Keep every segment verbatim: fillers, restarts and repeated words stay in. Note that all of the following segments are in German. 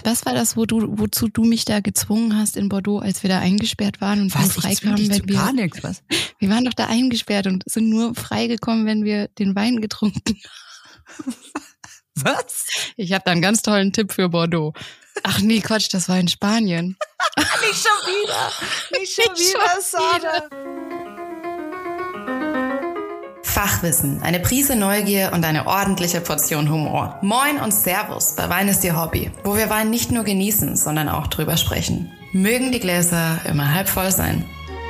Was war das, wo du, wozu du mich da gezwungen hast in Bordeaux, als wir da eingesperrt waren und was, nur freikamen, wenn wir... Gar nichts, was? Wir waren doch da eingesperrt und sind nur freigekommen, wenn wir den Wein getrunken haben. Was? Ich habe da einen ganz tollen Tipp für Bordeaux. Ach nee, Quatsch, das war in Spanien. Nicht schon wieder. Nicht schon Nicht wieder, schon Sarah. Fachwissen, eine Prise Neugier und eine ordentliche Portion Humor. Moin und Servus bei Wein ist Ihr Hobby, wo wir Wein nicht nur genießen, sondern auch drüber sprechen. Mögen die Gläser immer halb voll sein.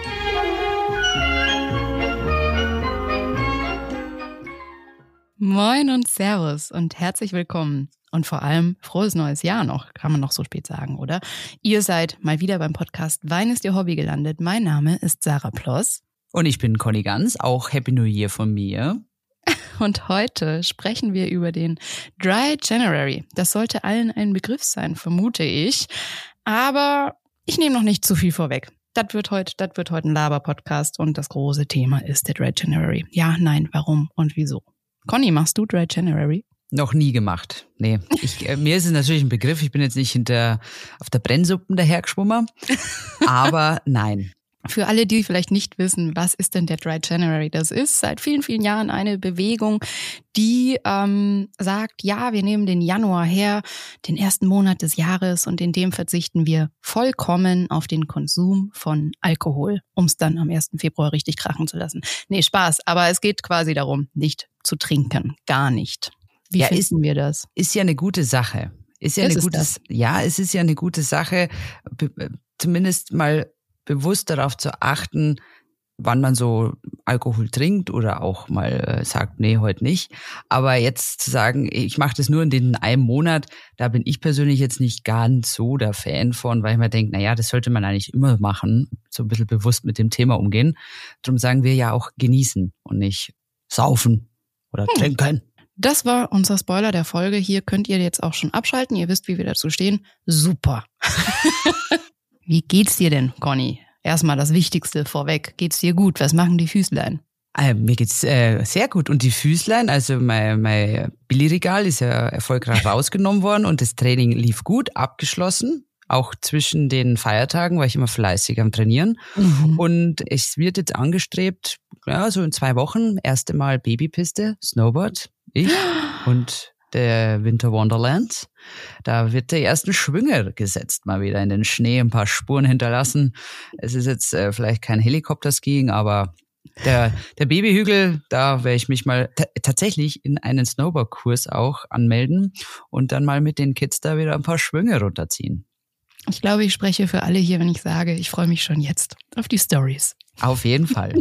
Moin und Servus und herzlich willkommen. Und vor allem frohes neues Jahr noch, kann man noch so spät sagen, oder? Ihr seid mal wieder beim Podcast Wein ist Ihr Hobby gelandet. Mein Name ist Sarah Ploss. Und ich bin Conny Ganz, auch Happy New Year von mir. Und heute sprechen wir über den Dry January. Das sollte allen ein Begriff sein, vermute ich. Aber ich nehme noch nicht zu viel vorweg. Das wird heute, das wird heute ein Laber-Podcast und das große Thema ist der Dry January. Ja, nein, warum und wieso? Conny, machst du Dry January? Noch nie gemacht. Nee, ich, äh, mir ist es natürlich ein Begriff. Ich bin jetzt nicht hinter auf der Brennsuppen dahergeschwommen. Aber nein. Für alle, die vielleicht nicht wissen, was ist denn der Dry January? Das ist seit vielen, vielen Jahren eine Bewegung, die ähm, sagt, ja, wir nehmen den Januar her, den ersten Monat des Jahres, und in dem verzichten wir vollkommen auf den Konsum von Alkohol, um es dann am ersten Februar richtig krachen zu lassen. Nee, Spaß, aber es geht quasi darum, nicht zu trinken, gar nicht. Wie ja, finden ist, wir das? Ist ja eine gute Sache. Ist ja das eine ist gute, das. ja, es ist ja eine gute Sache, be- zumindest mal bewusst darauf zu achten, wann man so Alkohol trinkt oder auch mal äh, sagt, nee, heute nicht. Aber jetzt zu sagen, ich mache das nur in den einem Monat, da bin ich persönlich jetzt nicht ganz so der Fan von, weil ich mir denke, naja, das sollte man eigentlich immer machen, so ein bisschen bewusst mit dem Thema umgehen. Darum sagen wir ja auch genießen und nicht saufen oder hm. trinken. Das war unser Spoiler der Folge. Hier könnt ihr jetzt auch schon abschalten. Ihr wisst, wie wir dazu stehen. Super. Wie geht's dir denn, Conny? Erstmal das Wichtigste vorweg. Geht's dir gut? Was machen die Füßlein? Äh, mir geht's äh, sehr gut. Und die Füßlein, also mein, mein Billigregal ist ja erfolgreich rausgenommen worden und das Training lief gut, abgeschlossen. Auch zwischen den Feiertagen war ich immer fleißig am Trainieren. Mhm. Und es wird jetzt angestrebt, ja, so in zwei Wochen, erste Mal Babypiste, Snowboard, ich und der Winter Wonderland. Da wird der erste Schwinger gesetzt, mal wieder in den Schnee, ein paar Spuren hinterlassen. Es ist jetzt äh, vielleicht kein Helikopterskiing, aber der, der Babyhügel, da werde ich mich mal t- tatsächlich in einen Snowboardkurs auch anmelden und dann mal mit den Kids da wieder ein paar Schwünge runterziehen. Ich glaube, ich spreche für alle hier, wenn ich sage, ich freue mich schon jetzt auf die Stories. Auf jeden Fall.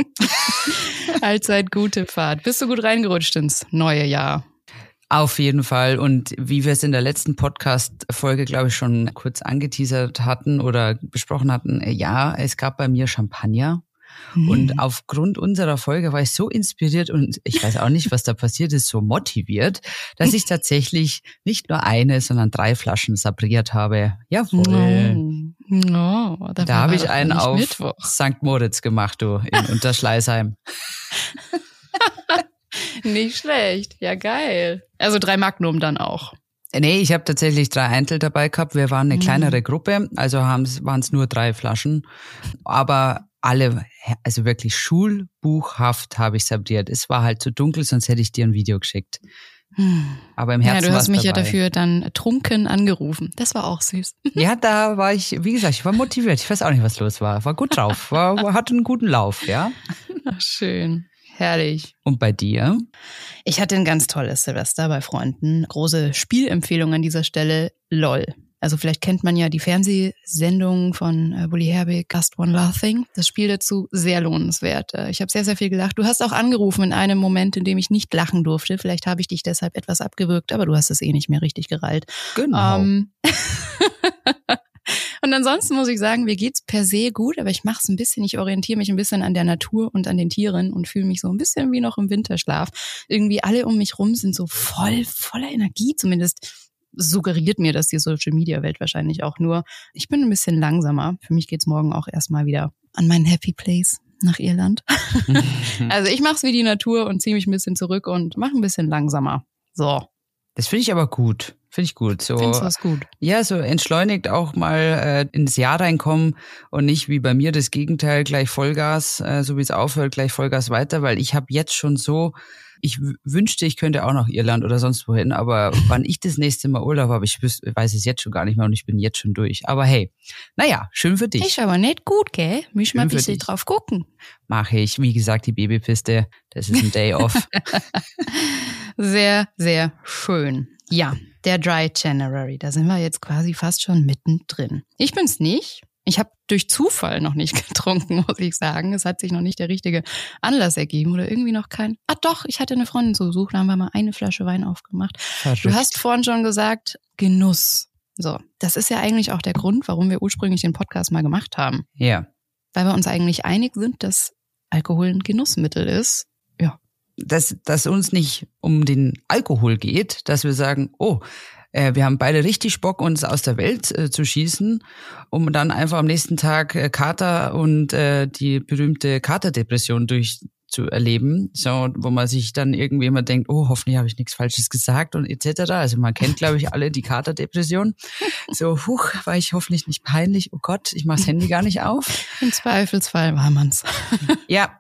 Allzeit gute Fahrt. Bist du gut reingerutscht ins neue Jahr? Auf jeden Fall. Und wie wir es in der letzten Podcast-Folge, glaube ich, schon kurz angeteasert hatten oder besprochen hatten, ja, es gab bei mir Champagner. Mhm. Und aufgrund unserer Folge war ich so inspiriert und ich weiß auch nicht, was da passiert ist, so motiviert, dass ich tatsächlich nicht nur eine, sondern drei Flaschen sabriert habe. Jawohl. No. No, da habe ich einen auf Mittwoch. Sankt Moritz gemacht, du, in Unterschleißheim. Nicht schlecht, ja geil. Also drei Magnum dann auch. Nee, ich habe tatsächlich drei Eintel dabei gehabt. Wir waren eine kleinere Gruppe, also waren es nur drei Flaschen. Aber alle, also wirklich schulbuchhaft habe ich sabriert. Es war halt zu dunkel, sonst hätte ich dir ein Video geschickt. Aber im Herzen ja, du hast mich dabei. Ja dafür dann trunken angerufen. Das war auch süß. Ja, da war ich, wie gesagt, ich war motiviert. Ich weiß auch nicht, was los war. War gut drauf, war, war, hatte einen guten Lauf, ja. Ach, schön. Herrlich. Und bei dir? Ich hatte ein ganz tolles Silvester bei Freunden. Große Spielempfehlung an dieser Stelle, LOL. Also vielleicht kennt man ja die Fernsehsendung von äh, Bully Herbig, Just One Last Thing. Das Spiel dazu sehr lohnenswert. Äh, ich habe sehr, sehr viel gelacht. Du hast auch angerufen in einem Moment, in dem ich nicht lachen durfte. Vielleicht habe ich dich deshalb etwas abgewürgt, aber du hast es eh nicht mehr richtig gereilt. Genau. Ähm Und ansonsten muss ich sagen, mir geht's per se gut, aber ich mache es ein bisschen, ich orientiere mich ein bisschen an der Natur und an den Tieren und fühle mich so ein bisschen wie noch im Winterschlaf. Irgendwie alle um mich rum sind so voll, voller Energie, zumindest suggeriert mir das die Social-Media-Welt wahrscheinlich auch nur. Ich bin ein bisschen langsamer. Für mich geht's morgen auch erstmal wieder an meinen Happy Place nach Irland. Also ich mache es wie die Natur und ziehe mich ein bisschen zurück und mache ein bisschen langsamer. So, Das finde ich aber gut. Finde ich gut. So, Findest du das gut? Ja, so entschleunigt auch mal äh, ins Jahr reinkommen und nicht wie bei mir das Gegenteil, gleich Vollgas, äh, so wie es aufhört, gleich Vollgas weiter, weil ich habe jetzt schon so, ich w- wünschte, ich könnte auch nach Irland oder sonst wohin, aber wann ich das nächste Mal Urlaub habe, ich wüs- weiß es jetzt schon gar nicht mehr und ich bin jetzt schon durch. Aber hey, naja, schön für dich. Ist aber nicht gut, gell? Müssen wir ein Schön für bisschen dich. drauf gucken. Mache ich, wie gesagt, die Babypiste, das ist ein Day off. Sehr, sehr schön. Ja, der Dry January, da sind wir jetzt quasi fast schon mittendrin. Ich bin's nicht. Ich habe durch Zufall noch nicht getrunken, muss ich sagen. Es hat sich noch nicht der richtige Anlass ergeben oder irgendwie noch kein. Ah doch, ich hatte eine Freundin zu Besuch, da haben wir mal eine Flasche Wein aufgemacht. Verrückt. Du hast vorhin schon gesagt, Genuss. So, das ist ja eigentlich auch der Grund, warum wir ursprünglich den Podcast mal gemacht haben. Ja. Weil wir uns eigentlich einig sind, dass Alkohol ein Genussmittel ist. Ja. Dass, dass uns nicht um den Alkohol geht, dass wir sagen, oh, äh, wir haben beide richtig Bock, uns aus der Welt äh, zu schießen, um dann einfach am nächsten Tag äh, Kater und äh, die berühmte Katerdepression durchzuerleben, so, wo man sich dann irgendwie immer denkt, oh, hoffentlich habe ich nichts Falsches gesagt und et cetera. Also man kennt, glaube ich, alle die Katerdepression. So, huch, war ich hoffentlich nicht peinlich. Oh Gott, ich mache das Handy gar nicht auf. Im Zweifelsfall war man's. Ja,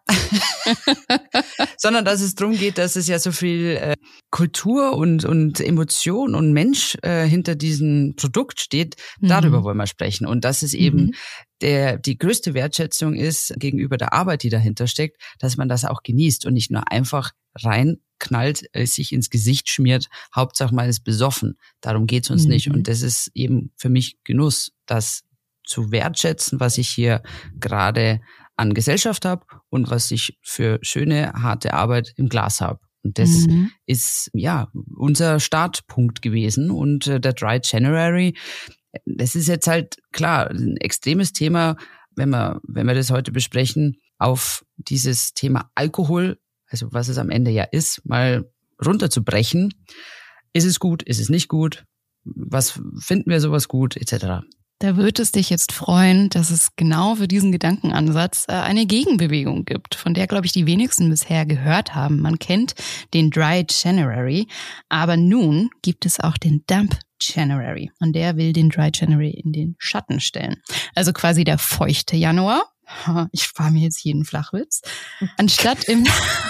sondern dass es darum geht, dass es ja so viel äh, Kultur und und Emotion und Mensch äh, hinter diesem Produkt steht. Darüber Mhm. wollen wir sprechen und dass es eben Mhm. der die größte Wertschätzung ist gegenüber der Arbeit, die dahinter steckt, dass man das auch genießt und nicht nur einfach reinknallt, äh, sich ins Gesicht schmiert. Hauptsache man ist besoffen. Darum geht's uns Mhm. nicht und das ist eben für mich Genuss, das zu wertschätzen, was ich hier gerade an Gesellschaft habe und was ich für schöne, harte Arbeit im Glas habe. Und das Mhm. ist ja unser Startpunkt gewesen. Und äh, der Dry January, das ist jetzt halt klar ein extremes Thema, wenn wir, wenn wir das heute besprechen, auf dieses Thema Alkohol, also was es am Ende ja ist, mal runterzubrechen. Ist es gut? Ist es nicht gut? Was finden wir sowas gut? Etc. Da wird es dich jetzt freuen, dass es genau für diesen Gedankenansatz äh, eine Gegenbewegung gibt, von der, glaube ich, die wenigsten bisher gehört haben. Man kennt den Dry January, aber nun gibt es auch den Damp January und der will den Dry January in den Schatten stellen. Also quasi der feuchte Januar. Ich spare mir jetzt jeden Flachwitz. Anstatt im...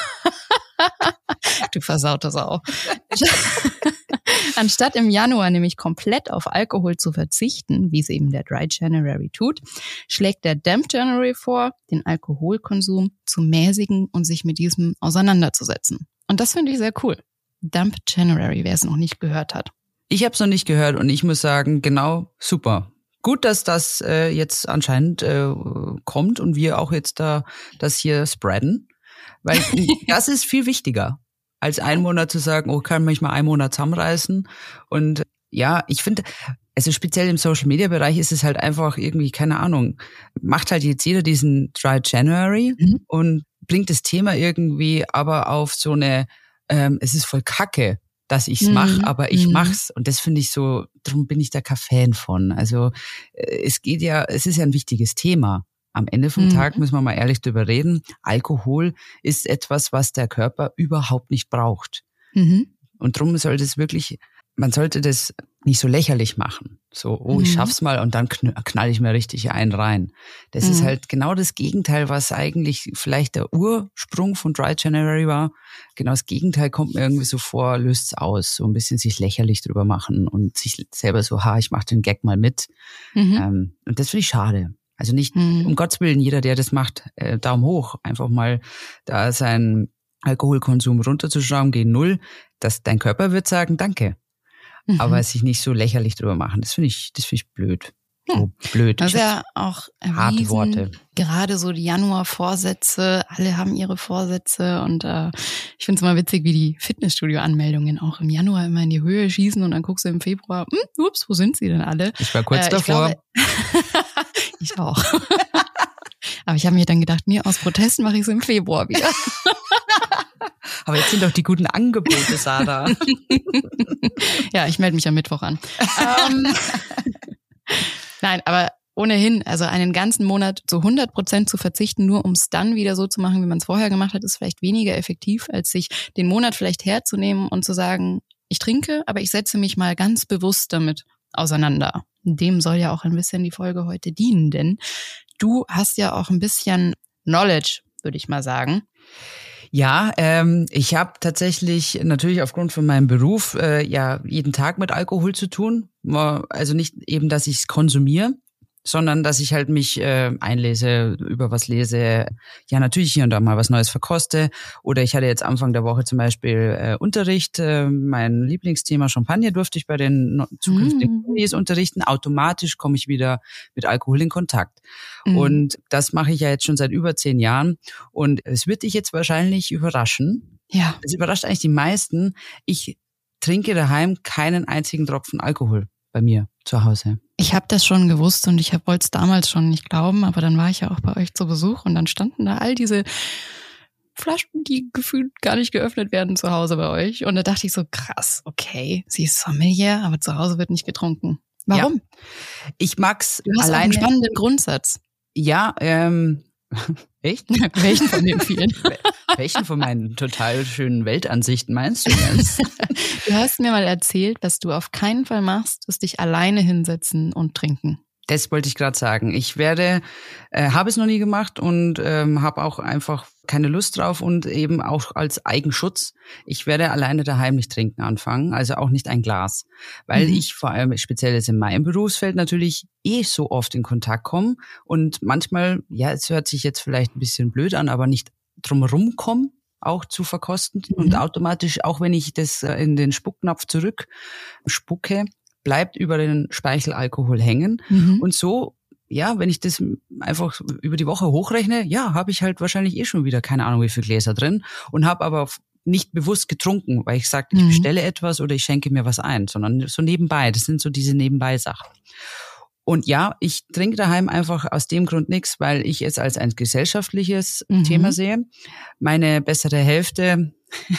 Du versaute Sau. Anstatt im Januar nämlich komplett auf Alkohol zu verzichten, wie es eben der Dry January tut, schlägt der Damp January vor, den Alkoholkonsum zu mäßigen und sich mit diesem auseinanderzusetzen. Und das finde ich sehr cool. Damp January, wer es noch nicht gehört hat. Ich habe es noch nicht gehört und ich muss sagen, genau, super. Gut, dass das äh, jetzt anscheinend äh, kommt und wir auch jetzt da das hier spreaden, weil das ist viel wichtiger, als einen Monat zu sagen, oh, kann mich mal einen Monat zusammenreißen. Und ja, ich finde, also speziell im Social-Media-Bereich ist es halt einfach irgendwie, keine Ahnung, macht halt jetzt jeder diesen Dry January Mhm. und bringt das Thema irgendwie aber auf so eine, ähm, es ist voll Kacke, dass ich's Mhm. mache, aber ich Mhm. mach's. Und das finde ich so, darum bin ich da kein Fan von. Also äh, es geht ja, es ist ja ein wichtiges Thema. Am Ende vom Mhm. Tag müssen wir mal ehrlich drüber reden. Alkohol ist etwas, was der Körper überhaupt nicht braucht. Mhm. Und darum sollte es wirklich, man sollte das nicht so lächerlich machen. So, oh, ich Mhm. schaff's mal und dann kn- knall ich mir richtig einen rein. Das Mhm. ist halt genau das Gegenteil, was eigentlich vielleicht der Ursprung von Dry January war. Genau das Gegenteil kommt mir irgendwie so vor, löst's aus. So ein bisschen sich lächerlich drüber machen und sich selber so, ha, ich mach den Gag mal mit. Mhm. Ähm, und das finde ich schade. Also nicht, Mhm. um Gottes Willen, jeder, der das macht, äh, Daumen hoch. Einfach mal da seinen Alkoholkonsum runterzuschrauben gegen null. Dass dein Körper wird sagen, danke. Mhm. Aber sich nicht so lächerlich drüber machen, das finde ich, das finde ich blöd. So blöd. Das ist Ich ja auch harte erwiesen, Worte. gerade so die Januar-Vorsätze, alle haben ihre Vorsätze und äh, ich finde es immer witzig, wie die Fitnessstudio-Anmeldungen auch im Januar immer in die Höhe schießen und dann guckst du im Februar, hm, ups, wo sind sie denn alle? Ich war kurz Äh, ich davor. glaube- Ich auch. Aber ich habe mir dann gedacht, nee, aus Protest mache ich es im Februar wieder. Aber jetzt sind doch die guten Angebote, Sarah. Ja, ich melde mich am Mittwoch an. ähm, Nein, aber ohnehin, also einen ganzen Monat zu hundert Prozent zu verzichten, nur um es dann wieder so zu machen, wie man es vorher gemacht hat, ist vielleicht weniger effektiv, als sich den Monat vielleicht herzunehmen und zu sagen, ich trinke, aber ich setze mich mal ganz bewusst damit auseinander. Dem soll ja auch ein bisschen die Folge heute dienen, denn du hast ja auch ein bisschen Knowledge, würde ich mal sagen. Ja, ähm, ich habe tatsächlich natürlich aufgrund von meinem Beruf äh, ja jeden Tag mit Alkohol zu tun. Also nicht eben, dass ich es konsumiere, sondern dass ich halt mich äh, einlese, über was lese, ja natürlich hier und da mal was Neues verkoste. Oder ich hatte jetzt Anfang der Woche zum Beispiel äh, Unterricht, äh, mein Lieblingsthema Champagner durfte ich bei den zukünftigen Unis mm. unterrichten. Automatisch komme ich wieder mit Alkohol in Kontakt. Mm. Und das mache ich ja jetzt schon seit über zehn Jahren. Und es wird dich jetzt wahrscheinlich überraschen. Ja. Es überrascht eigentlich die meisten. Ich trinke daheim keinen einzigen Tropfen Alkohol bei mir zu Hause. Ich habe das schon gewusst und ich wollte es damals schon nicht glauben, aber dann war ich ja auch bei euch zu Besuch und dann standen da all diese Flaschen, die gefühlt gar nicht geöffnet werden zu Hause bei euch. Und da dachte ich so, krass, okay, sie ist Sommelier, aber zu Hause wird nicht getrunken. Warum? Ja. Ich mag's du hast alleine. einen spannenden Grundsatz. Ja, ähm, echt? Welchen von den vielen? Welchen von meinen total schönen Weltansichten meinst du jetzt? Du hast mir mal erzählt, was du auf keinen Fall machst, ist dich alleine hinsetzen und trinken. Das wollte ich gerade sagen. Ich werde, äh, habe es noch nie gemacht und ähm, habe auch einfach keine Lust drauf und eben auch als Eigenschutz. Ich werde alleine daheim nicht trinken anfangen, also auch nicht ein Glas, weil mhm. ich vor allem speziell jetzt in meinem Berufsfeld natürlich eh so oft in Kontakt komme und manchmal, ja, es hört sich jetzt vielleicht ein bisschen blöd an, aber nicht drumherum komme, auch zu verkosten mhm. und automatisch, auch wenn ich das in den Spucknapf zurück spucke, bleibt über den Speichelalkohol hängen. Mhm. Und so, ja, wenn ich das einfach über die Woche hochrechne, ja, habe ich halt wahrscheinlich eh schon wieder keine Ahnung wie viele Gläser drin und habe aber nicht bewusst getrunken, weil ich sage, ich mhm. bestelle etwas oder ich schenke mir was ein, sondern so nebenbei. Das sind so diese Nebenbei-Sachen. Und ja, ich trinke daheim einfach aus dem Grund nichts, weil ich es als ein gesellschaftliches mhm. Thema sehe. Meine bessere Hälfte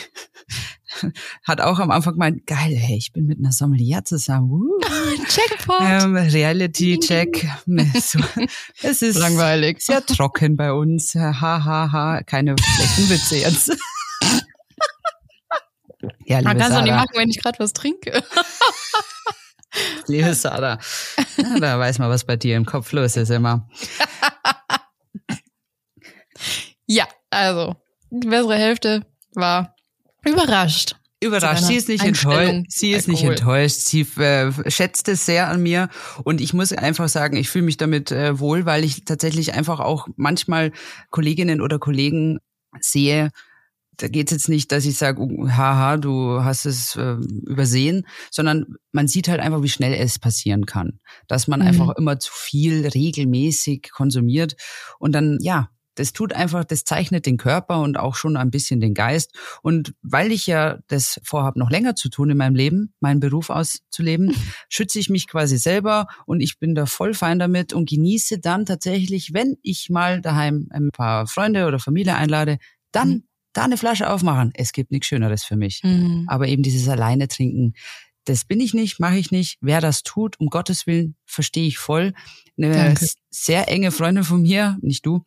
hat auch am Anfang gemeint, geil, hey, ich bin mit einer Sommelier zusammen. Uh. Checkpoint. Ähm, Reality-Check. So, es ist langweilig. Sehr trocken bei uns. Ha, ha, ha. Keine schlechten Witze jetzt. Ja, Man kann es doch nicht Sarah. machen, wenn ich gerade was trinke. Liebe Sarah, ja, da weiß man, was bei dir im Kopf los ist immer. Ja, also, die bessere Hälfte war überrascht. Überrascht. Sie ist nicht enttäuscht. Sie ist nicht enttäuscht. Sie äh, schätzt es sehr an mir. Und ich muss einfach sagen, ich fühle mich damit äh, wohl, weil ich tatsächlich einfach auch manchmal Kolleginnen oder Kollegen sehe, da geht es jetzt nicht, dass ich sage, oh, haha, du hast es äh, übersehen, sondern man sieht halt einfach, wie schnell es passieren kann. Dass man mhm. einfach immer zu viel regelmäßig konsumiert und dann, ja, das tut einfach, das zeichnet den Körper und auch schon ein bisschen den Geist. Und weil ich ja das vorhabe, noch länger zu tun in meinem Leben, meinen Beruf auszuleben, schütze ich mich quasi selber und ich bin da voll fein damit und genieße dann tatsächlich, wenn ich mal daheim ein paar Freunde oder Familie einlade, dann mhm. da eine Flasche aufmachen. Es gibt nichts Schöneres für mich. Mhm. Aber eben dieses alleine trinken, das bin ich nicht, mache ich nicht. Wer das tut, um Gottes Willen, verstehe ich voll. Eine Danke. Sehr enge Freundin von mir, nicht du,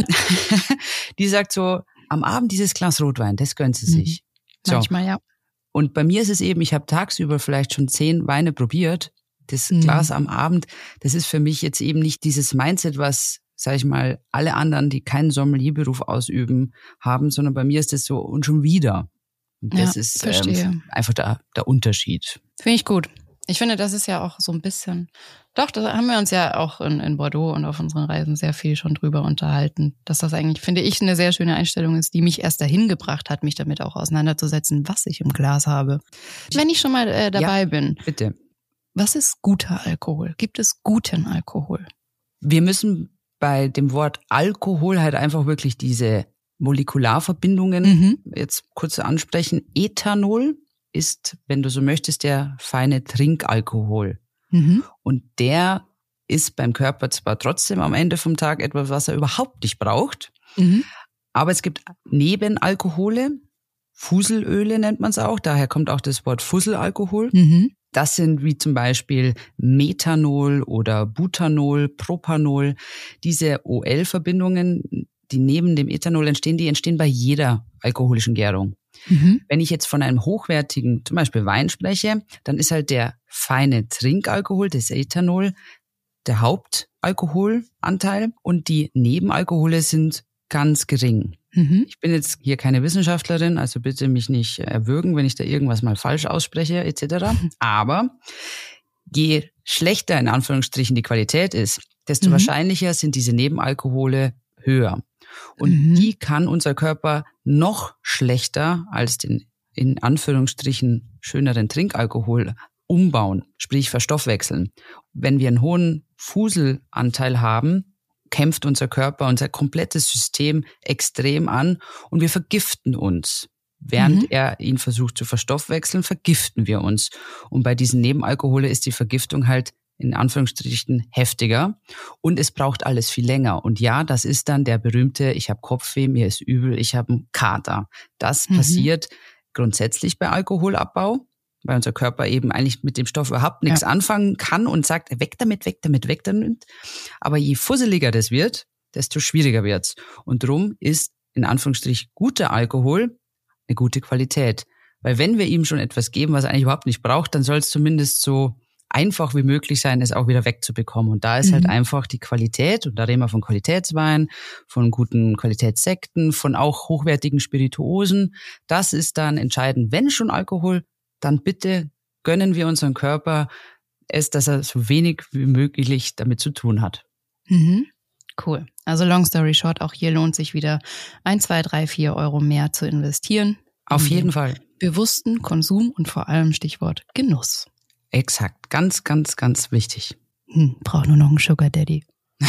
die sagt so, am Abend dieses Glas Rotwein, das gönnt sie sich. Mhm. Manchmal, so. Ja. Und bei mir ist es eben, ich habe tagsüber vielleicht schon zehn Weine probiert. Das mhm. Glas am Abend, das ist für mich jetzt eben nicht dieses Mindset, was, sag ich mal, alle anderen, die keinen Sommelierberuf ausüben, haben, sondern bei mir ist das so und schon wieder. Und das ja, ist ähm, einfach der, der Unterschied. Finde ich gut. Ich finde, das ist ja auch so ein bisschen, doch, da haben wir uns ja auch in, in Bordeaux und auf unseren Reisen sehr viel schon drüber unterhalten, dass das eigentlich, finde ich, eine sehr schöne Einstellung ist, die mich erst dahin gebracht hat, mich damit auch auseinanderzusetzen, was ich im Glas habe. Wenn ich schon mal äh, dabei ja, bin. Bitte. Was ist guter Alkohol? Gibt es guten Alkohol? Wir müssen bei dem Wort Alkohol halt einfach wirklich diese Molekularverbindungen mhm. jetzt kurz ansprechen. Ethanol ist, wenn du so möchtest, der feine Trinkalkohol. Mhm. Und der ist beim Körper zwar trotzdem am Ende vom Tag etwas, was er überhaupt nicht braucht, mhm. aber es gibt Nebenalkohole, Fuselöle nennt man es auch, daher kommt auch das Wort Fusselalkohol. Mhm. Das sind wie zum Beispiel Methanol oder Butanol, Propanol. Diese O L-Verbindungen, die neben dem Ethanol entstehen, die entstehen bei jeder alkoholischen Gärung. Mhm. Wenn ich jetzt von einem hochwertigen, zum Beispiel Wein spreche, dann ist halt der feine Trinkalkohol, das Ethanol, der Hauptalkoholanteil und die Nebenalkohole sind ganz gering. Mhm. Ich bin jetzt hier keine Wissenschaftlerin, also bitte mich nicht erwürgen, wenn ich da irgendwas mal falsch ausspreche et cetera. Aber je schlechter in Anführungsstrichen die Qualität ist, desto mhm. wahrscheinlicher sind diese Nebenalkohole höher. Und mhm. die kann unser Körper noch schlechter als den in Anführungsstrichen schöneren Trinkalkohol umbauen, sprich verstoffwechseln. Wenn wir einen hohen Fuselanteil haben, kämpft unser Körper, unser komplettes System extrem an und wir vergiften uns. Während mhm. er ihn versucht zu verstoffwechseln, vergiften wir uns. Und bei diesen Nebenalkohole ist die Vergiftung halt in Anführungsstrichen heftiger und es braucht alles viel länger. Und ja, das ist dann der berühmte, ich habe Kopfweh, mir ist übel, ich habe einen Kater. Das mhm. passiert grundsätzlich bei Alkoholabbau, weil unser Körper eben eigentlich mit dem Stoff überhaupt nichts ja. anfangen kann und sagt, weg damit, weg damit, weg damit. Aber je fusseliger das wird, desto schwieriger wird's. Und drum ist in Anführungsstrichen guter Alkohol eine gute Qualität. Weil wenn wir ihm schon etwas geben, was er eigentlich überhaupt nicht braucht, dann soll es zumindest so einfach wie möglich sein, es auch wieder wegzubekommen. Und da ist mhm. halt einfach die Qualität, und da reden wir von Qualitätswein, von guten Qualitätssekten, von auch hochwertigen Spirituosen. Das ist dann entscheidend. Wenn schon Alkohol, dann bitte gönnen wir unseren Körper es, dass er so wenig wie möglich damit zu tun hat. Mhm. Cool. Also long story short, auch hier lohnt sich wieder ein, zwei, drei, vier Euro mehr zu investieren. Auf jeden Fall. Bewussten Konsum und vor allem Stichwort Genuss. Exakt. Ganz, ganz, ganz wichtig. Hm, brauch nur noch einen Sugar Daddy.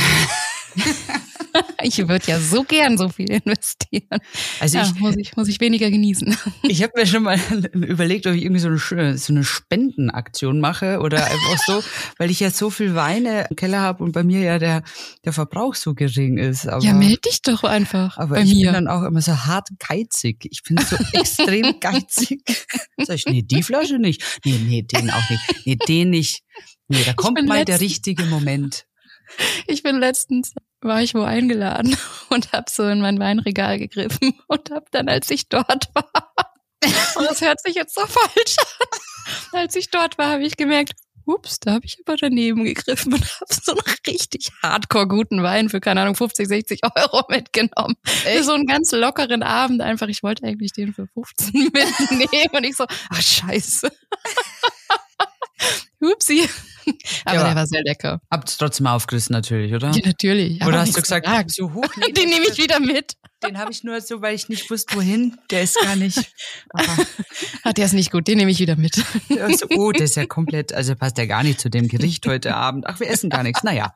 Ich würde ja so gern so viel investieren. Also ja, ich, muss ich, muss ich weniger genießen. Ich habe mir schon mal überlegt, ob ich irgendwie so eine, so eine Spendenaktion mache oder einfach so, weil ich ja so viel Weine im Keller habe und bei mir ja der, der Verbrauch so gering ist. Aber, ja, meld dich doch einfach aber bei ich mir. bin dann auch immer so hart geizig. Ich bin so extrem geizig. Sag ich, nee, die Flasche nicht. Nee, nee, den auch nicht. Nee, den nicht. Nee, da kommt mal der richtige Moment. Ich bin letztens, war ich wo eingeladen und habe so in mein Weinregal gegriffen und habe dann, als ich dort war, und das hört sich jetzt so falsch an, als ich dort war, habe ich gemerkt, ups, da habe ich aber daneben gegriffen und habe so einen richtig hardcore guten Wein für, keine Ahnung, fünfzig, sechzig Euro mitgenommen. Echt? Für so einen ganz lockeren Abend einfach. Ich wollte eigentlich den für fünfzehn mitnehmen und ich so, ach scheiße. Upsi. Aber ja, der war sehr lecker. Habt ihr trotzdem aufgerissen natürlich, oder? Ja, natürlich. Oder hast du gesagt, gesagt, so hoch? Nee, den nehme ich wieder mit. Den habe ich nur so, weil ich nicht wusste, wohin. Der ist gar nicht. Hat der ist nicht gut, den nehme ich wieder mit. Also, oh, der ist ja komplett, also passt ja gar nicht zu dem Gericht heute Abend. Ach, wir essen gar nichts. Naja.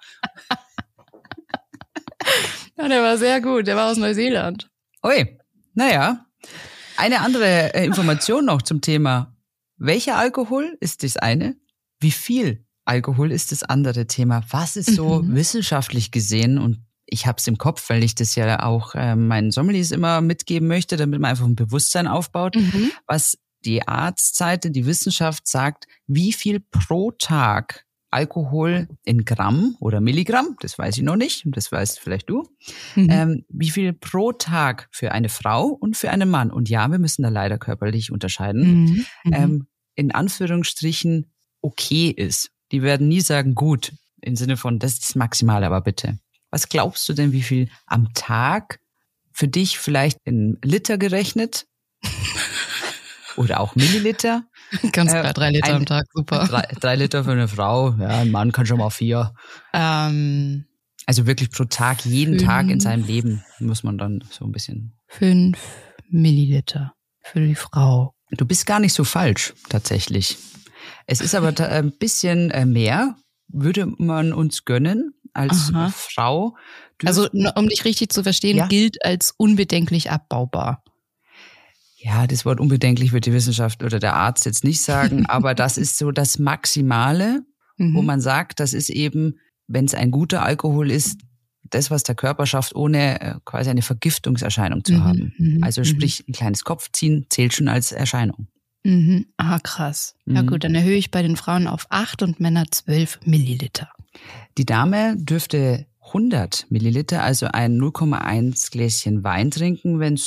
Ja, der war sehr gut. Der war aus Neuseeland. Ui, naja. Eine andere Information noch zum Thema. Welcher Alkohol ist das eine? Wie viel Alkohol ist das andere Thema? Was ist so mhm. wissenschaftlich gesehen? Und ich habe es im Kopf, weil ich das ja auch äh, meinen Sommeliers immer mitgeben möchte, damit man einfach ein Bewusstsein aufbaut, mhm. was die Arztseite, die Wissenschaft sagt, wie viel pro Tag Alkohol in Gramm oder Milligramm, das weiß ich noch nicht, das weißt vielleicht du, mhm. ähm, wie viel pro Tag für eine Frau und für einen Mann, und ja, wir müssen da leider körperlich unterscheiden, mhm. ähm, in Anführungsstrichen okay ist. Die werden nie sagen, gut, im Sinne von, das ist maximal, aber bitte. Was glaubst du denn, wie viel am Tag für dich vielleicht in Liter gerechnet oder auch Milliliter? Ganz klar, äh, drei Liter ein, am Tag, super. Drei, drei Liter für eine Frau, ja, ein Mann kann schon mal vier. Ähm, also wirklich pro Tag, jeden fünf, Tag in seinem Leben muss man dann so ein bisschen. Fünf Milliliter für die Frau. Du bist gar nicht so falsch, tatsächlich. Es ist aber ein bisschen mehr, würde man uns gönnen als Aha. Frau. Du also um dich richtig zu verstehen, ja? Gilt als unbedenklich abbaubar. Ja, das Wort unbedenklich wird die Wissenschaft oder der Arzt jetzt nicht sagen, aber das ist so das Maximale, mhm. wo man sagt, das ist eben, wenn es ein guter Alkohol ist, das, was der Körper schafft, ohne äh, quasi eine Vergiftungserscheinung zu mhm. haben. Mhm. Also sprich, ein kleines Kopfziehen zählt schon als Erscheinung. Mhm. Ah, krass. Ja mhm. gut, dann erhöhe ich bei den Frauen auf acht und Männer zwölf Milliliter. Die Dame dürfte hundert Milliliter, also ein null Komma eins Gläschen Wein trinken, wenn es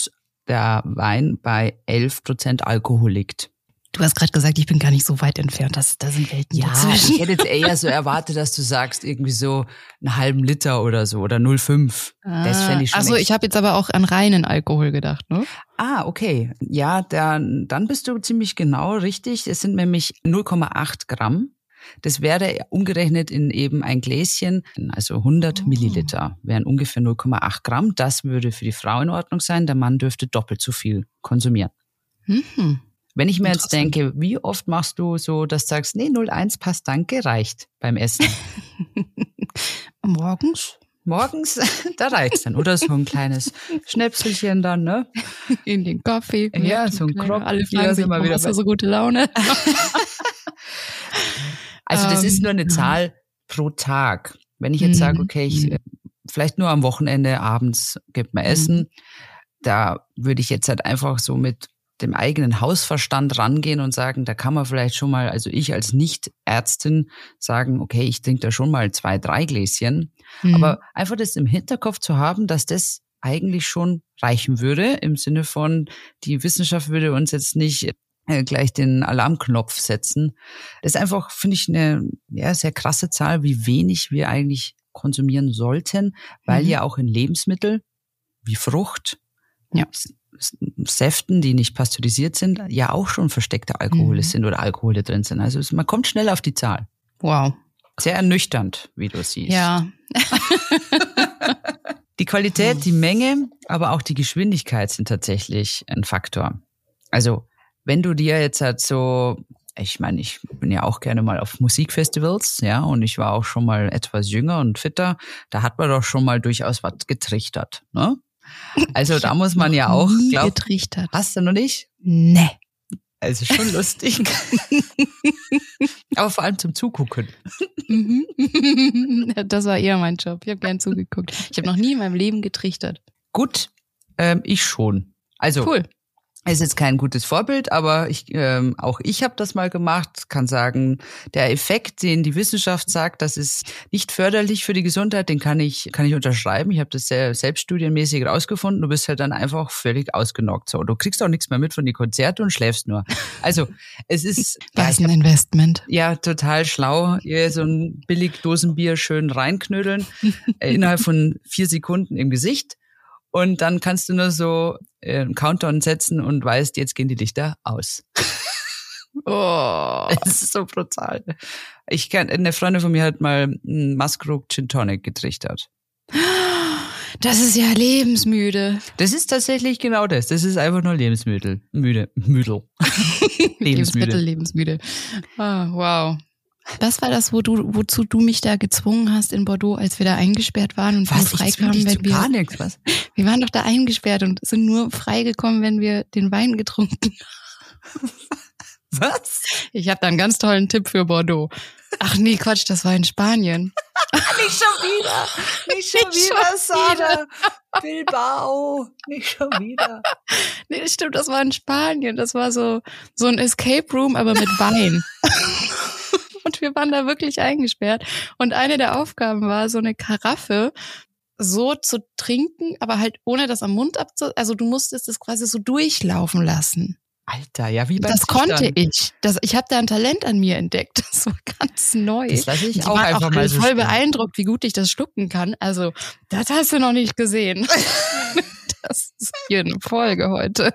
der Wein bei elf Prozent Alkohol liegt. Du hast gerade gesagt, ich bin gar nicht so weit entfernt. Das, da sind Welten ja, dazwischen. Ich hätte jetzt eher so erwartet, dass du sagst, irgendwie so einen halben Liter oder so oder null Komma fünf. Ah, das fände ich schon. Also ich habe jetzt aber auch an reinen Alkohol gedacht, ne? Ah, okay. Ja, dann, dann bist du ziemlich genau richtig. Es sind nämlich null Komma acht Gramm. Das wäre umgerechnet in eben ein Gläschen, also hundert oh. Milliliter, wären ungefähr null Komma acht Gramm. Das würde für die Frau in Ordnung sein. Der Mann dürfte doppelt so viel konsumieren. Mhm. Wenn ich mir jetzt denke, wie oft machst du so, dass du sagst, nee, null Komma eins passt, danke, reicht beim Essen? Morgens? Morgens, da reicht's dann. Oder so ein kleines Schnäpselchen dann, ne? In den Kaffee. Ja, so ein Krog. Alle fragen sich, warum hast du so gute Laune? Also das ist nur eine Zahl pro Tag. Wenn ich jetzt sage, okay, ich vielleicht nur am Wochenende abends gibt mir Essen, da würde ich jetzt halt einfach so mit dem eigenen Hausverstand rangehen und sagen, da kann man vielleicht schon mal, also ich als Nicht-Ärztin sagen, okay, ich trinke da schon mal zwei, drei Gläschen. Mhm. Aber einfach das im Hinterkopf zu haben, dass das eigentlich schon reichen würde, im Sinne von, die Wissenschaft würde uns jetzt nicht äh, gleich den Alarmknopf setzen. Das ist einfach, finde ich, eine ja, sehr krasse Zahl, wie wenig wir eigentlich konsumieren sollten, weil mhm. ja auch in Lebensmitteln wie Frucht, ja. Säften, die nicht pasteurisiert sind, ja auch schon versteckte Alkohole mhm. sind oder Alkohole drin sind. Also man kommt schnell auf die Zahl. Wow. Sehr ernüchternd, wie du siehst. Ja. Die Qualität, die Menge, aber auch die Geschwindigkeit sind tatsächlich ein Faktor. Also wenn du dir jetzt halt so, ich meine, ich bin ja auch gerne mal auf Musikfestivals, ja, und ich war auch schon mal etwas jünger und fitter, da hat man doch schon mal durchaus was getrichtert, ne? Also da muss man ja auch, glaub, getrichtert. Hast du noch nicht? Nee. Also schon lustig. Aber vor allem zum Zugucken. Das war eher mein Job. Ich habe gern zugeguckt. Ich habe noch nie in meinem Leben getrichtert. Gut, ähm, ich schon. Also cool. Ist jetzt kein gutes Vorbild, aber ich, ähm, auch ich habe das mal gemacht, kann sagen, der Effekt, den die Wissenschaft sagt, das ist nicht förderlich für die Gesundheit, den kann ich kann ich unterschreiben. Ich habe das sehr selbststudienmäßig rausgefunden. Du bist halt dann einfach völlig ausgenockt. So, du kriegst auch nichts mehr mit von den Konzerten und schläfst nur. Also es ist das ist ein Investment. Ja, total schlau. Hier so ein billig Dosenbier schön reinknödeln äh, innerhalb von vier Sekunden im Gesicht. Und dann kannst du nur so äh, einen Countdown setzen und weißt, jetzt gehen die Lichter aus. Oh, das ist so brutal. Ich kann, eine Freundin von mir hat mal einen Maskrug Gin Tonic getrichtert. Das ist ja lebensmüde. Das ist tatsächlich genau das. Das ist einfach nur lebensmüde. Müde. Müdel. Lebensmittel, lebensmüde. Ah, wow. Das war das, wo du, wozu du mich da gezwungen hast in Bordeaux, als wir da eingesperrt waren und was, nur freikamen, wenn wir. Gar nichts, was? Wir waren doch da eingesperrt und sind nur freigekommen, wenn wir den Wein getrunken haben. Was? Ich habe da einen ganz tollen Tipp für Bordeaux. Ach nee, Quatsch, das war in Spanien. Nicht schon wieder. Nicht schon nicht wieder, Sada. Bilbao. Nicht schon wieder. Nee, das stimmt, das war in Spanien. Das war so, so ein Escape Room, aber mit Wein. Und wir waren da wirklich eingesperrt. Und eine der Aufgaben war, so eine Karaffe so zu trinken, aber halt ohne das am Mund abzu... Also du musstest es quasi so durchlaufen lassen. Alter, ja, wie beim Das Zichtern. konnte ich. Das, ich habe da ein Talent an mir entdeckt. Das war ganz neu. Das lasse ich Die auch waren einfach auch mal so voll stehen. beeindruckt, wie gut ich das schlucken kann. Also, das hast du noch nicht gesehen. Das ist hier eine Folge heute.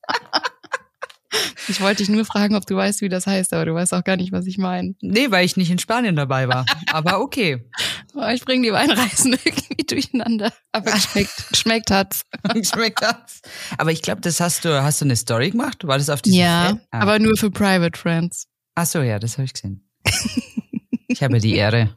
Ich wollte dich nur fragen, ob du weißt, wie das heißt, aber du weißt auch gar nicht, was ich meine. Nee, weil ich nicht in Spanien dabei war. Aber okay. Ich bringe die Weinreisen irgendwie durcheinander. Aber schmeckt, schmeckt hat's. Schmeckt hat's. Aber ich glaube, das hast du, hast du eine Story gemacht? War das auf diesem Ja, Feld? Ah. aber nur für Private Friends. Ach so, ja, das habe ich gesehen. Ich habe die Ehre.